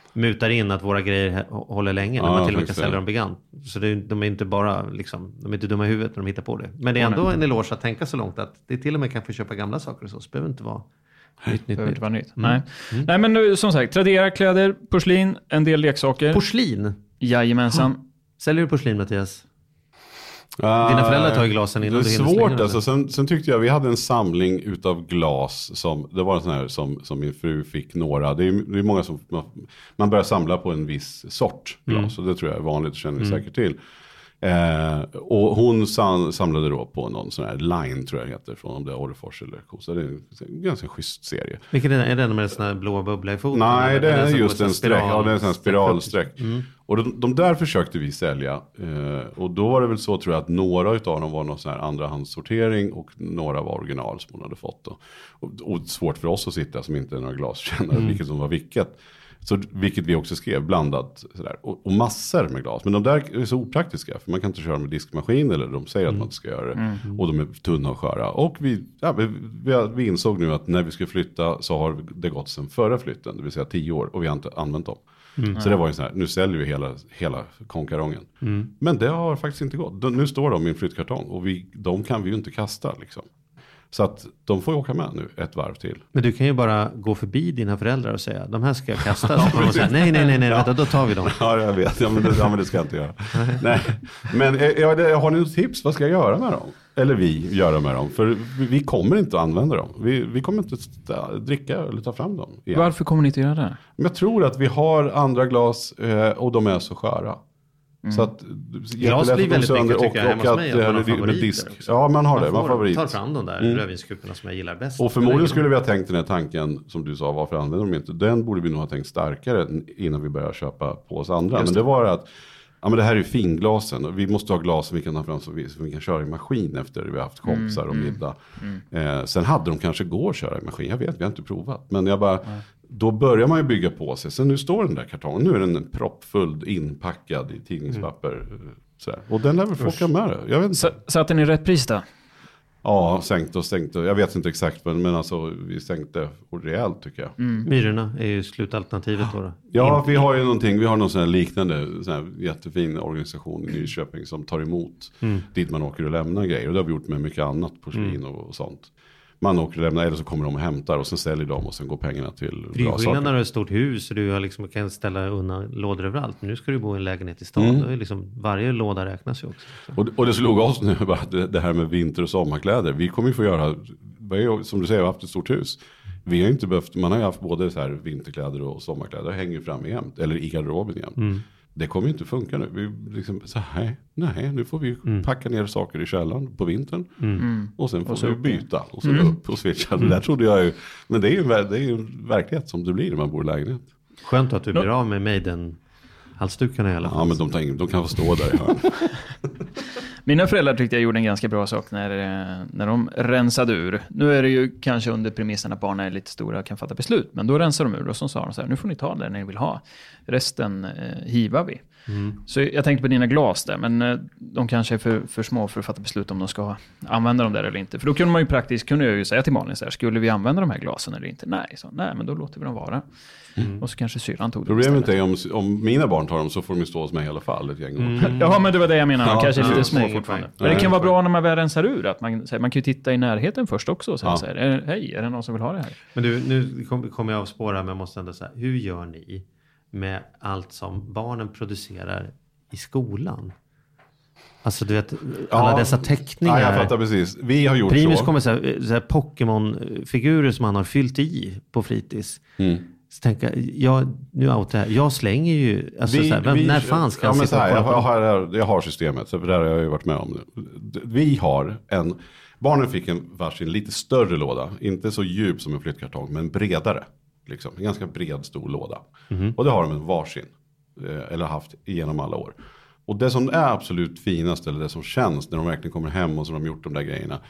mutar in att våra grejer håller länge när man till och med kan sälja dem Gigant. Så de är inte bara liksom, de är inte dumma i huvudet när de hittar på det. Men det är ändå en eloge att tänka så långt att det till och med kan få köpa gamla saker och så. Det behöver inte vara nytt. Nej. Nej, men nu, som sagt, Tradera, kläder, porslin, en del leksaker. Porslin? Jajamensan. Säljer du porslin, Mattias? Dina föräldrar tar ju glasen innan du hinner slänga. Det är svårt alltså. Sen tyckte jag vi hade en samling utav glas det var en sån här som min fru fick några. Det är många som man börjar samla på en viss sort glas och det tror jag är vanligt, känner vi säkert till. Och hon samlade då på någon sån här line, tror jag heter, från om det är Orrefors eller Kosa. Det är en ganska schysst serie. Vilken är den med en sån här blå bubbla i foten? Nej, det är just en streck. Ja, det är en sån här spiralsträck. Och de där försökte vi sälja. Och då var det väl så, tror jag, att några utav dem var någon sån här andrahandssortering och några var original som hon hade fått då. Och svårt för oss att sitta som inte är några glaskännare, vilket som var vilket. Så, vilket vi också skrev, blandat sådär. Och massor med glas. Men de där är så opraktiska. För man kan inte köra med diskmaskin. Eller de säger att man inte ska göra det. Och de är tunna och sköra. Och vi insåg nu att när vi ska flytta så har det gått sedan förra flytten. Det vill säga 10 år. Och vi har inte använt dem. Så det var ju så här, nu säljer vi hela konkarongen. Men det har faktiskt inte gått. Nu står de i en flyttkartong. Och de kan vi ju inte kasta liksom. Så att de får ju åka med nu ett varv till. Men du kan ju bara gå förbi dina föräldrar och säga, de här ska jag kasta. Och säga, nej, vänta, då tar vi dem. Ja, jag vet. Men det ska jag inte göra. Nej. Men har ni något tips? Vad ska jag göra med dem? Eller vi göra med dem? För vi kommer inte att använda dem. Vi kommer inte att dricka eller ta fram dem igen. Varför kommer ni inte göra det? Men jag tror att vi har andra glas och de är så sköra. Så att glas blir väldigt mycket, tycker jag, hemma hos mig. Att man har med disk. Ja, man har det. Man tar fram de där rödvinskuporna som jag gillar bäst. Och förmodligen skulle vi ha tänkt den här tanken, som du sa, varför använder de inte? Den borde vi nog ha tänkt starkare innan vi börjar köpa på oss andra. Men det var att men det här är ju finglasen. Och vi måste ha glas som vi kan ta fram så vi kan köra i maskin efter vi har haft kompisar och middag. Sen hade de kanske gå att köra i maskin. Jag vet, vi har inte provat. Men då börjar man ju bygga på sig. Sen nu står den där kartongen. Nu är den proppfull inpackad i tidningspapper. Sådär. Och den lär väl få åka med det. Jag vet inte. Så att den är rätt pris då? Ja, sänkte. Jag vet inte exakt, men alltså vi sänkte rejält, tycker jag. Myrorna är ju slutalternativet då. Ja, vi har ju någonting. Vi har någon sån här liknande sån här jättefin organisation i Nyköping som tar emot dit man åker och lämnar grejer. Och det har vi gjort med mycket annat, porslin och sånt. Man åker och lämnar, eller så kommer de och hämtar och sen säljer de och sen går pengarna till bra saker. Det är skillnad när du har ett stort hus och du har liksom, kan ställa undan lådor överallt. Men nu ska du bo i en lägenhet i stan. Då är liksom, varje låda räknas ju också. Och det slog oss nu bara det här med vinter- och sommarkläder. Vi kommer ju få göra, som du säger, vi har haft ett stort hus. Vi har inte behövt, man har ju haft både så här vinterkläder och sommarkläder. Det hänger ju fram jämt, eller i garderoben jämt. Det kommer ju inte funka nu. Vi liksom så här, nej, nu får vi packa ner saker i källaren på vintern. Och sen får vi byta och så upp och switcha. Det där trodde jag ju, men det är ju en verklighet som det blir när man bor i lägenhet. Skönt att du blir av med Maiden-halsdukarna i alla fall. Ja, men de kan få stå där i hörn. Mina föräldrar tyckte jag gjorde en ganska bra sak när de rensade ur. Nu är det ju kanske under premissen att barnen är lite stora och kan fatta beslut. Men då rensar de ur och så sa de så här, nu får ni ta det när ni vill ha. Resten hivar vi. Så jag tänkte på dina glas där, men de kanske är för små för att fatta beslut om de ska använda dem där eller inte. För då kunde jag ju säga till Malin så här, skulle vi använda de här glasen eller inte? Nej, men då låter vi dem vara. Och så kanske syran tog det. Problemet är om mina barn tar dem så får de stå hos mig i alla fall ett gäng år. Ja, men det var det jag menade. Kanske lite små fortfarande. Men det kan vara bra när man väl rensar ur. Att man kan ju titta i närheten först också. Och säga, hej, är det någon som vill ha det här? Men du, nu kommer jag av spåra, men jag måste ändå säga, hur gör ni med allt som barnen producerar i skolan? Alltså du vet, alla dessa teckningar. Ja, jag fattar precis. Vi har gjort Primus kommer så här Pokémon-figurer som han har fyllt i på fritids. Så tänker nu outar jag slänger ju, alltså när fan ska jag sitta jag har systemet, så för det här har jag ju varit med om nu. Vi har barnen fick en varsin lite större låda, inte så djup som en flyttkartong, men bredare. Liksom, en ganska bred stor låda. Och det har de en varsin, eller haft genom alla år. Och det som är absolut finast, eller det som känns när de verkligen kommer hem och så har de gjort de där grejerna,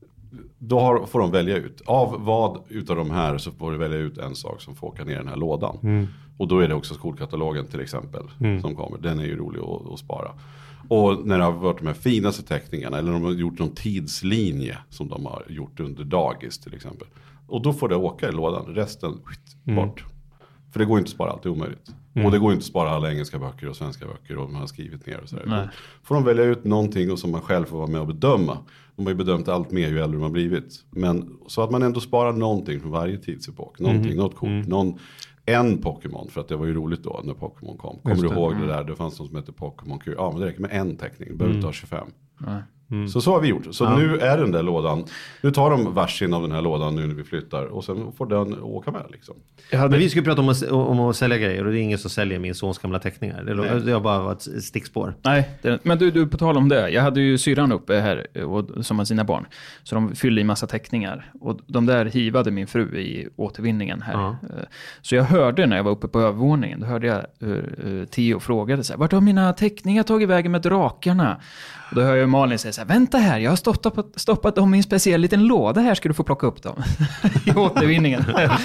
då får de välja ut. Av vad utav de här så får du välja ut en sak som får åka ner i den här lådan. Och då är det också skolkatalogen till exempel som kommer. Den är ju rolig att spara. Och när det har varit de här finaste teckningarna, eller de har gjort någon tidslinje som de har gjort under dagis till exempel. Och då får det åka i lådan, resten bort. För det går inte att spara allt, det är omöjligt. Och det går inte att spara alla engelska böcker och svenska böcker och man har skrivit ner och sådär. Får de välja ut någonting som man själv får vara med och bedöma. De har ju bedömt allt mer ju äldre man blivit. Men så att man ändå sparar någonting från varje tidsepok. Någonting, något kort, en Pokémon, för att det var ju roligt då när Pokémon kom. Kommer du ihåg det där? Det fanns någon som heter Pokémon Q. Ja, men det räcker med en teckning. Du behöver inte ha 25. Så har vi gjort. Så nu är den där lådan. Nu tar de varsin av den här lådan nu när vi flyttar. Och sen får den åka med liksom. Men vi ska prata om att sälja grejer. Och det är ingen som säljer min sons gamla teckningar. Det har bara varit ett stickspår. Nej, men du på tal om det. Jag hade ju syran uppe här som har sina barn. Så de fyllde i massa teckningar. Och de där hivade min fru i återvinningen här. Så jag hörde när jag var uppe på övervåningen. Då hörde jag Theo frågade så här, vart har mina teckningar tagit vägen med drakarna? Och då hör jag Malin säga så här, vänta här, jag har stoppat dem i en speciell liten låda här, ska du få plocka upp dem i återvinningen.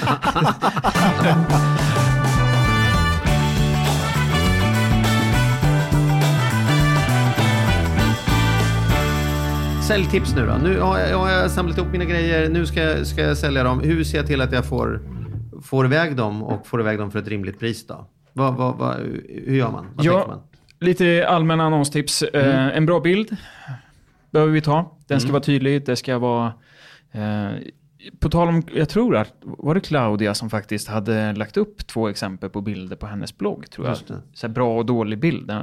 Säljtips nu då. Nu har jag samlat ihop mina grejer, nu ska jag sälja dem. Hur ser jag till att jag får iväg dem och får iväg dem för ett rimligt pris då? Hur gör man? Vad tänker man? Lite allmänna annonstips. En bra bild behöver vi ta. Den ska vara tydlig. Det ska vara... på tal om... Jag tror att... Var det Claudia som faktiskt hade lagt upp 2 exempel på bilder på hennes blogg, tror jag. Så här bra och dålig bild.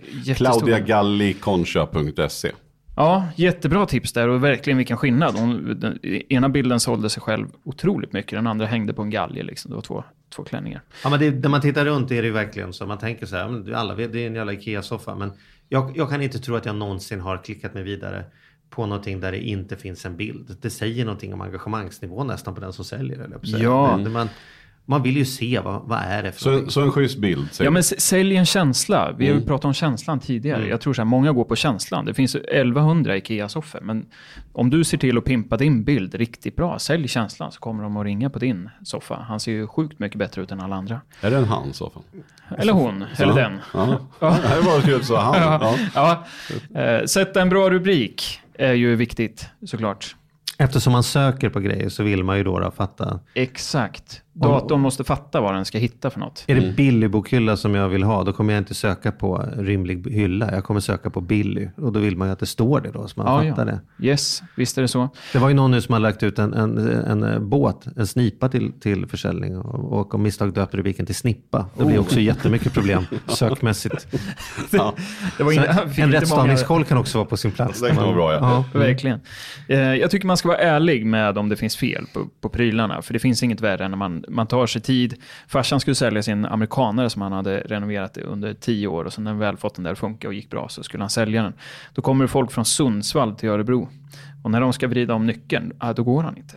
ClaudiaGalliConcha.se. Ja, jättebra tips där och verkligen vilken skillnad. Den ena bilden sålde sig själv otroligt mycket. Den andra hängde på en galge liksom. Det var två klänningar. Ja, men när man tittar runt är det ju verkligen så. Man tänker så här, alla vet, det är en jävla Ikea-soffa. Men jag kan inte tro att jag någonsin har klickat mig vidare på någonting där det inte finns en bild. Det säger någonting om engagemangsnivå nästan på den som säljer. Eller? Ja. Man vill ju se vad är det för så en schysst bild. Ja, men sälj en känsla. Vi har ju pratat om känslan tidigare. Jag tror så här, många går på känslan. Det finns 1100 Ikea-soffor. Men om du ser till att pimpa din bild riktigt bra, sälj känslan, så kommer de att ringa på din soffa. Han ser ju sjukt mycket bättre ut än alla andra. Är det en han soffa? Eller hon, eller den. Ja. Det var kul så han. Sätta en bra rubrik är ju viktigt, såklart. Eftersom man söker på grejer så vill man ju då fatta. Exakt. Datorn måste fatta vad den ska hitta för något. Är det Billy bokhylla som jag vill ha, då kommer jag inte söka på rimlig hylla. Jag kommer söka på Billy. Och då vill man ju att det står det då, så man fattar det. Yes, visst är det så. Det var ju någon nu som har lagt ut en båt, en snipa till försäljning. Och om misstag döpte rubriken till snippa. Det blir också jättemycket problem sökmässigt. Det var en rättstavningskoll kan också vara på sin plats. Det kan vara bra, ja. Verkligen. Jag tycker man ska vara ärlig med om det finns fel på prylarna. För det finns inget värre än när man tar sig tid. Farsan skulle sälja sin amerikanare som han hade renoverat under 10 år. Och så när han väl fått den där funka och gick bra så skulle han sälja den. Då kommer det folk från Sundsvall till Örebro. Och när de ska vrida om nyckeln, då går han inte.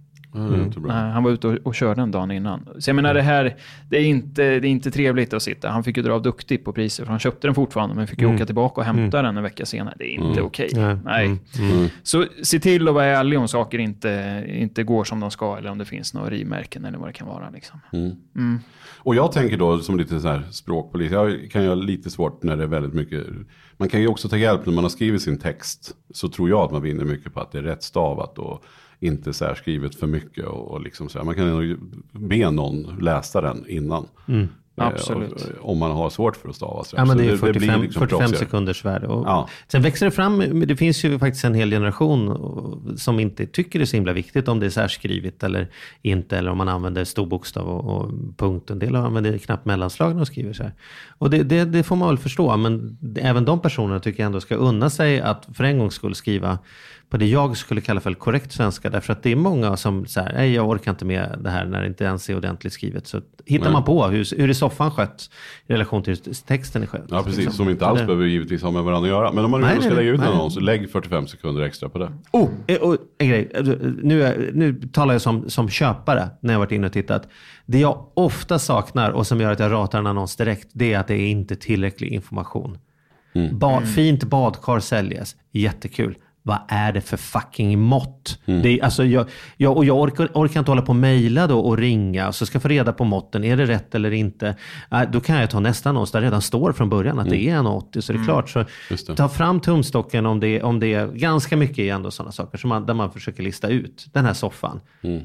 Han var ute och körde en dag innan. Så jag menar, det är inte trevligt att sitta. Han fick ju dra av duktigt på priser, för han köpte den fortfarande, men fick ju åka tillbaka och hämta den en vecka senare. Det är inte okej. Nej. Så se till att vara ärlig om saker inte går som de ska, eller om det finns några rimärken eller vad det kan vara liksom. Och jag tänker då som lite så här språkpolis, jag kan ju ha lite svårt när det är väldigt mycket. Man kan ju också ta hjälp när man har skrivit sin text, så tror jag att man vinner mycket på att det är rätt stavat och inte så här skrivet för mycket och liksom så här. Man kan ju be någon läsa den innan. Absolut. Om man har svårt för att stava sig. Ja, men det är så 45 liksom sekunders värde. Sen växer det fram, det finns ju faktiskt en hel generation som inte tycker det är så himla viktigt om det är särskrivet eller inte, eller om man använder stor bokstav och punkt. En del använder knappt mellanslag när de skriver så här. Och det får man väl förstå, men även de personerna tycker jag ändå ska unna sig att för en gångs skull skriva på det jag skulle kalla för korrekt svenska, därför att det är många som säger, nej, jag orkar inte med det här när det inte ens är ordentligt skrivet. Så hittar man på hur är soffan skött i relation till texten är skött. Ja, precis. Liksom. Som inte alls behöver givetvis ha med varandra att göra. Men om man nu ska lägga ut någon annons, så lägg 45 sekunder extra på det. En grej. Nu talar jag som köpare när jag varit inne och tittat. Det jag ofta saknar och som gör att jag ratar en annons direkt, det är att det är inte tillräcklig information. Fint badkar säljes. Jättekul. Vad är det för fucking mått? Det är, alltså jag orkar inte hålla på och mejla då och ringa och så ska jag få reda på måtten. Är det rätt eller inte? Då kan jag ta nästa annons där redan står från början att det är 1,80. Så det är klart. Så ta fram tumstocken om det är ganska mycket igen då, sådana saker som där man försöker lista ut den här soffan.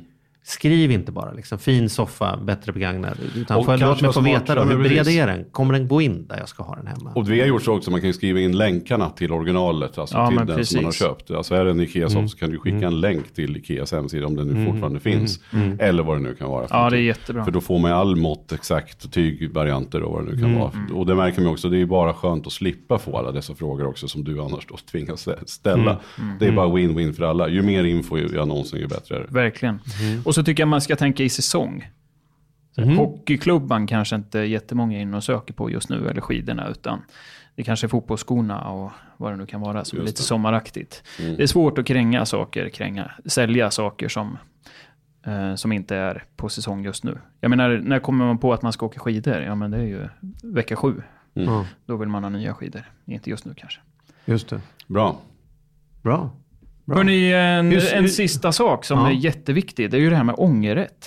Skriv inte bara liksom, fin soffa, bättre begagnad. Utan låt mig få veta då, hur bred är den? Kommer den gå in där jag ska ha den hemma? Och vi har gjort så också, man kan ju skriva in länkarna till originalet, alltså till den som man har köpt. Alltså är det en Ikea-soffa så kan du skicka en länk till Ikeas hemsida om den nu fortfarande finns. Eller vad det nu kan vara. Ja, det är jättebra. För då får man all mått exakt, tygvarianter och vad det nu kan vara. Och det märker man också, det är bara skönt att slippa få alla dessa frågor också som du annars då tvingas ställa. Det är bara win-win för alla. Ju mer info i annonsen ju bättre är det. Verkligen. Och så tycker jag man ska tänka i säsong. Hockeyklubban kanske inte jättemånga in och söker på just nu, eller skidorna, utan det kanske är fotbollsskorna och vad det nu kan vara som är lite sommaraktigt. Det är svårt att sälja saker som inte är på säsong just nu. Jag menar, när kommer man på att man ska åka skidor? Ja, men det är ju vecka 7. Då vill man ha nya skidor. Inte just nu kanske. Just det. Bra. Hörrni, en sista sak som är jätteviktig, det är ju det här med ångerrätt.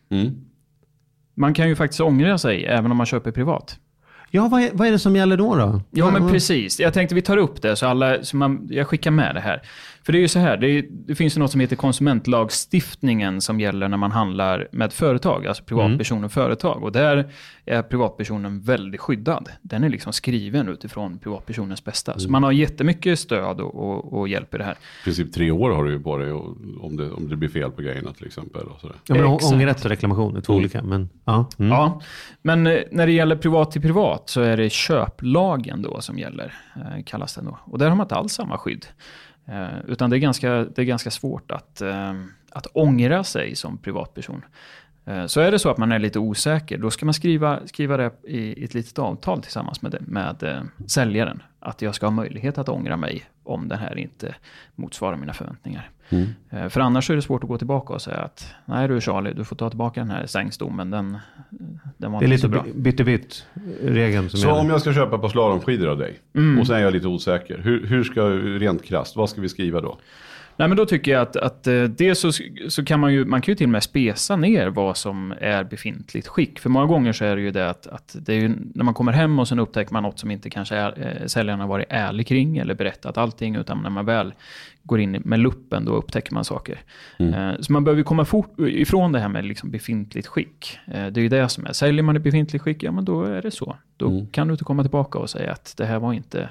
Man kan ju faktiskt ångra sig även om man köper privat. Ja, vad är det som gäller då? Ja, men precis. Jag tänkte vi tar upp det jag skickar med det här. För det är ju så här, det finns ju något som heter konsumentlagstiftningen som gäller när man handlar med företag, alltså privatperson och företag. Och där är privatpersonen väldigt skyddad. Den är liksom skriven utifrån privatpersonens bästa. Så man har jättemycket stöd och hjälp i det här. I princip 3 år har du ju på dig om det blir fel på grejerna till exempel. Och sådär. Ja, men ångerrätt och reklamation är 2 olika. Men, ja, men när det gäller privat till privat så är det köplagen då som gäller, kallas det då. Och där har man inte alls samma skydd. Utan det är ganska svårt att ångra sig som privatperson. Så är det så att man är lite osäker, då ska man skriva det i ett litet avtal tillsammans med säljaren. Att jag ska ha möjlighet att ångra mig om det här inte motsvarar mina förväntningar. För annars är det svårt att gå tillbaka och säga att nej du Charlie, du får ta tillbaka den här sängsdomen. Den var inte så bra. Det är lite bytt-regeln som så om jag ska köpa på slalomskidor av dig och sen är jag lite osäker, hur ska rent krasst, vad ska vi skriva då? Nej, men då tycker jag att det så kan man kan ju till och med spesa ner vad som är befintligt skick. För många gånger så är det ju det att det är ju, när man kommer hem och sen upptäcker man något som inte kanske säljaren har varit ärlig kring eller berättat allting, utan när man väl går in med luppen då upptäcker man saker. Så man behöver ju komma ifrån det här med liksom befintligt skick. Det är ju det som är. Säljer man i befintligt skick, ja men då är det så. Då kan du inte komma tillbaka och säga att det här var inte...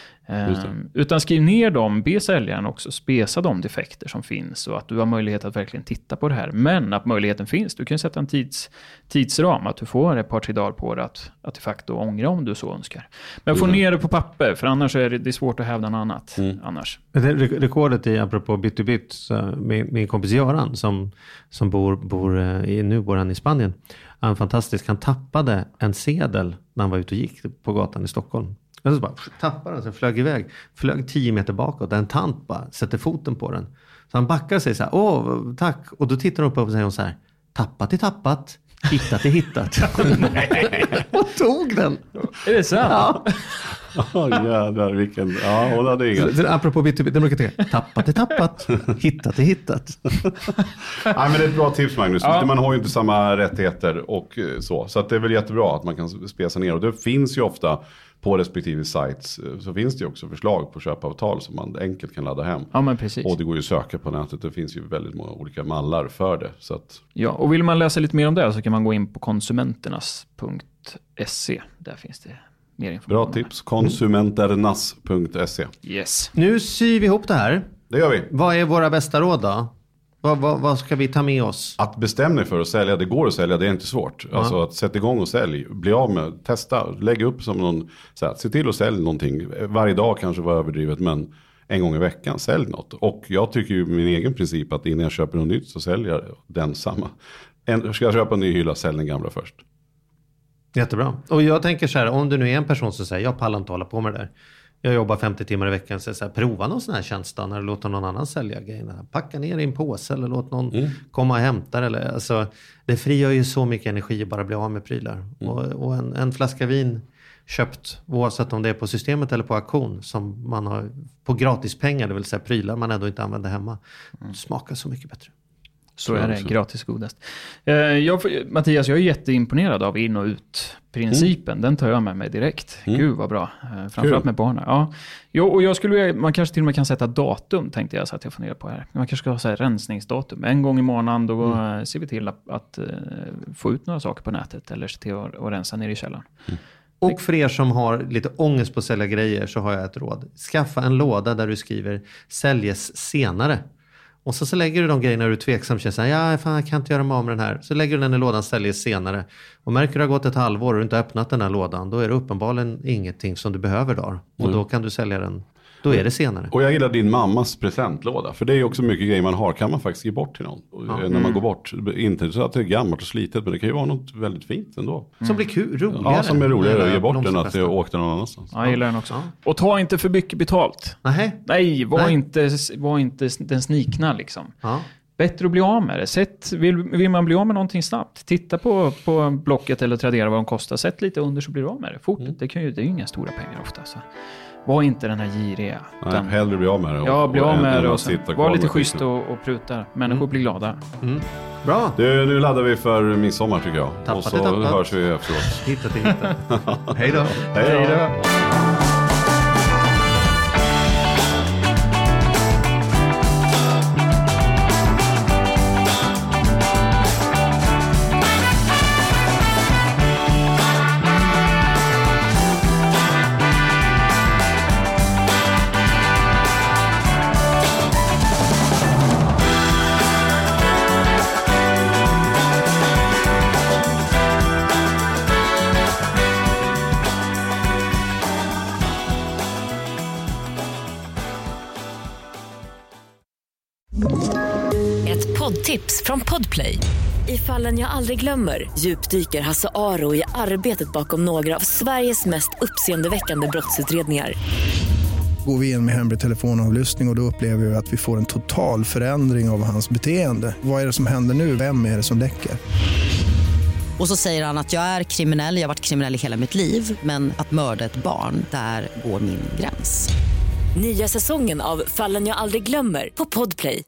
Utan skriv ner dem, be säljaren också spesa de defekter som finns och att du har möjlighet att verkligen titta på det här. Men att möjligheten finns, du kan sätta en tidsram att du får ett par 3 dagar på det att de facto ångra om du så önskar. Men få ner det på papper, för annars är det svårt att hävda något annat. Annars. Rekordet i, apropå bytt, min kompis Göran som bor han i Spanien. Han fantastisk, han tappade en sedel när han var ute och gick på gatan i Stockholm. Och så bara tappade den, sen flög iväg. Flög 10 meter bakåt. Där en tant bara sätter foten på den. Så han backar sig så här, tack. Och då tittar han upp och säger så här, tappat är tappat, hittat är hittat. Och tog den. Är det sant? Ja. Jävlar, vilken... Ja, hon hade inget. Apropå bytt, den brukar tänka, tappat är tappat, hittat är hittat. Nej, men det är ett bra tips, Magnus. Ja. Man har ju inte samma rättigheter och så att det är väl jättebra att man kan spesa ner. Och det finns ju ofta på respektive sites så finns det ju också förslag på köpavtal som man enkelt kan ladda hem. Ja, men precis. Och det går ju att söka på nätet. Det finns ju väldigt många olika mallar för det. Så att... Ja, och vill man läsa lite mer om det så kan man gå in på konsumenternas.se. Där finns det mer information. Bra tips. Konsumenternas.se. Yes. Nu syr vi ihop det här. Det gör vi. Vad är våra bästa råd då? Vad ska vi ta med oss? Att bestämma dig för att sälja, det går att sälja, det är inte svårt. Alltså att sätta igång och sälj, bli av med, testa, lägg upp som någon, så här, se till att sälja någonting. Varje dag kanske var överdrivet, men en gång i veckan, sälj något. Och jag tycker ju min egen princip att innan jag köper något nytt så säljer jag den samma. Ska jag köpa en ny hylla, sälj den gamla först. Jättebra. Och jag tänker så här, om du nu är en person som säger, jag pallar inte hålla på med det där. Jag jobbar 50 timmar i veckan, så här, prova någon sån här tjänst då, när du låter någon annan sälja grejerna. Packa ner i en påse eller låt någon komma och hämta. Eller, alltså, det frigör ju så mycket energi att bara bli av med prylar. Och en flaska vin köpt, oavsett om det är på systemet eller på auktion, som man har på gratispengar, det vill säga prylar man ändå inte använder hemma, smakar så mycket bättre. Så är det, gratis godast. Mattias, jag är jätteimponerad av in- och ut-principen. Den tar jag med mig direkt. Gud vad bra. Framförallt med barnen. Ja. Och man kanske till och med kan sätta datum, tänkte jag, så att jag funderar på här. Man kanske ska ha så här rensningsdatum. En gång i månaden, då ser vi till att få ut några saker på nätet. Eller se till att rensa ner i källaren. Och för er som har lite ångest på att sälja grejer så har jag ett råd. Skaffa en låda där du skriver säljes senare. Och så lägger du de grejerna du är tveksam och säger jag kan inte göra mig av med den här. Så lägger du den i lådan säljes senare. Och märker du har gått ett halvår och du inte har öppnat den här lådan, då är det uppenbarligen ingenting som du behöver då. Och då kan du sälja den. Då är det senare. Och jag gillar din mammas presentlåda. För det är också mycket grejer man har. Kan man faktiskt ge bort till någon. När man går bort. Inte så att det är gammalt och slitet. Men det kan ju vara något väldigt fint ändå. Som blir roligare. Ja, som är roligare att ge bort än att jag åkte någon annanstans. Ja, jag gillar den också. Ja. Och ta inte för mycket betalt. Nej, var inte den snikna liksom. Ja. Bättre att bli av med det. Vill man bli av med någonting snabbt, titta på Blocket eller Tradera vad de kostar. Sätt lite under så blir du av med det fort. Det är ju inga stora pengar ofta. Så. Var inte den här giriga. Nej, hellre bli av med det. Ja, bli av med det och var lite schysst och pruta. Människor blir glada. Bra. Nu laddar vi för midsommar tycker jag. Och så hörs vi efteråt. Hitta. Hej då. Hej då. Tips från Podplay. I Fallen jag aldrig glömmer djupdyker Hasse Aro i arbetet bakom några av Sveriges mest uppseendeväckande brottsutredningar. Går vi in med hemlig telefonavlyssning och då upplever vi att vi får en total förändring av hans beteende. Vad är det som händer nu? Vem är det som läcker? Och så säger han att jag är kriminell, jag har varit kriminell i hela mitt liv. Men att mörda ett barn, där går min gräns. Nya säsongen av Fallen jag aldrig glömmer på Podplay.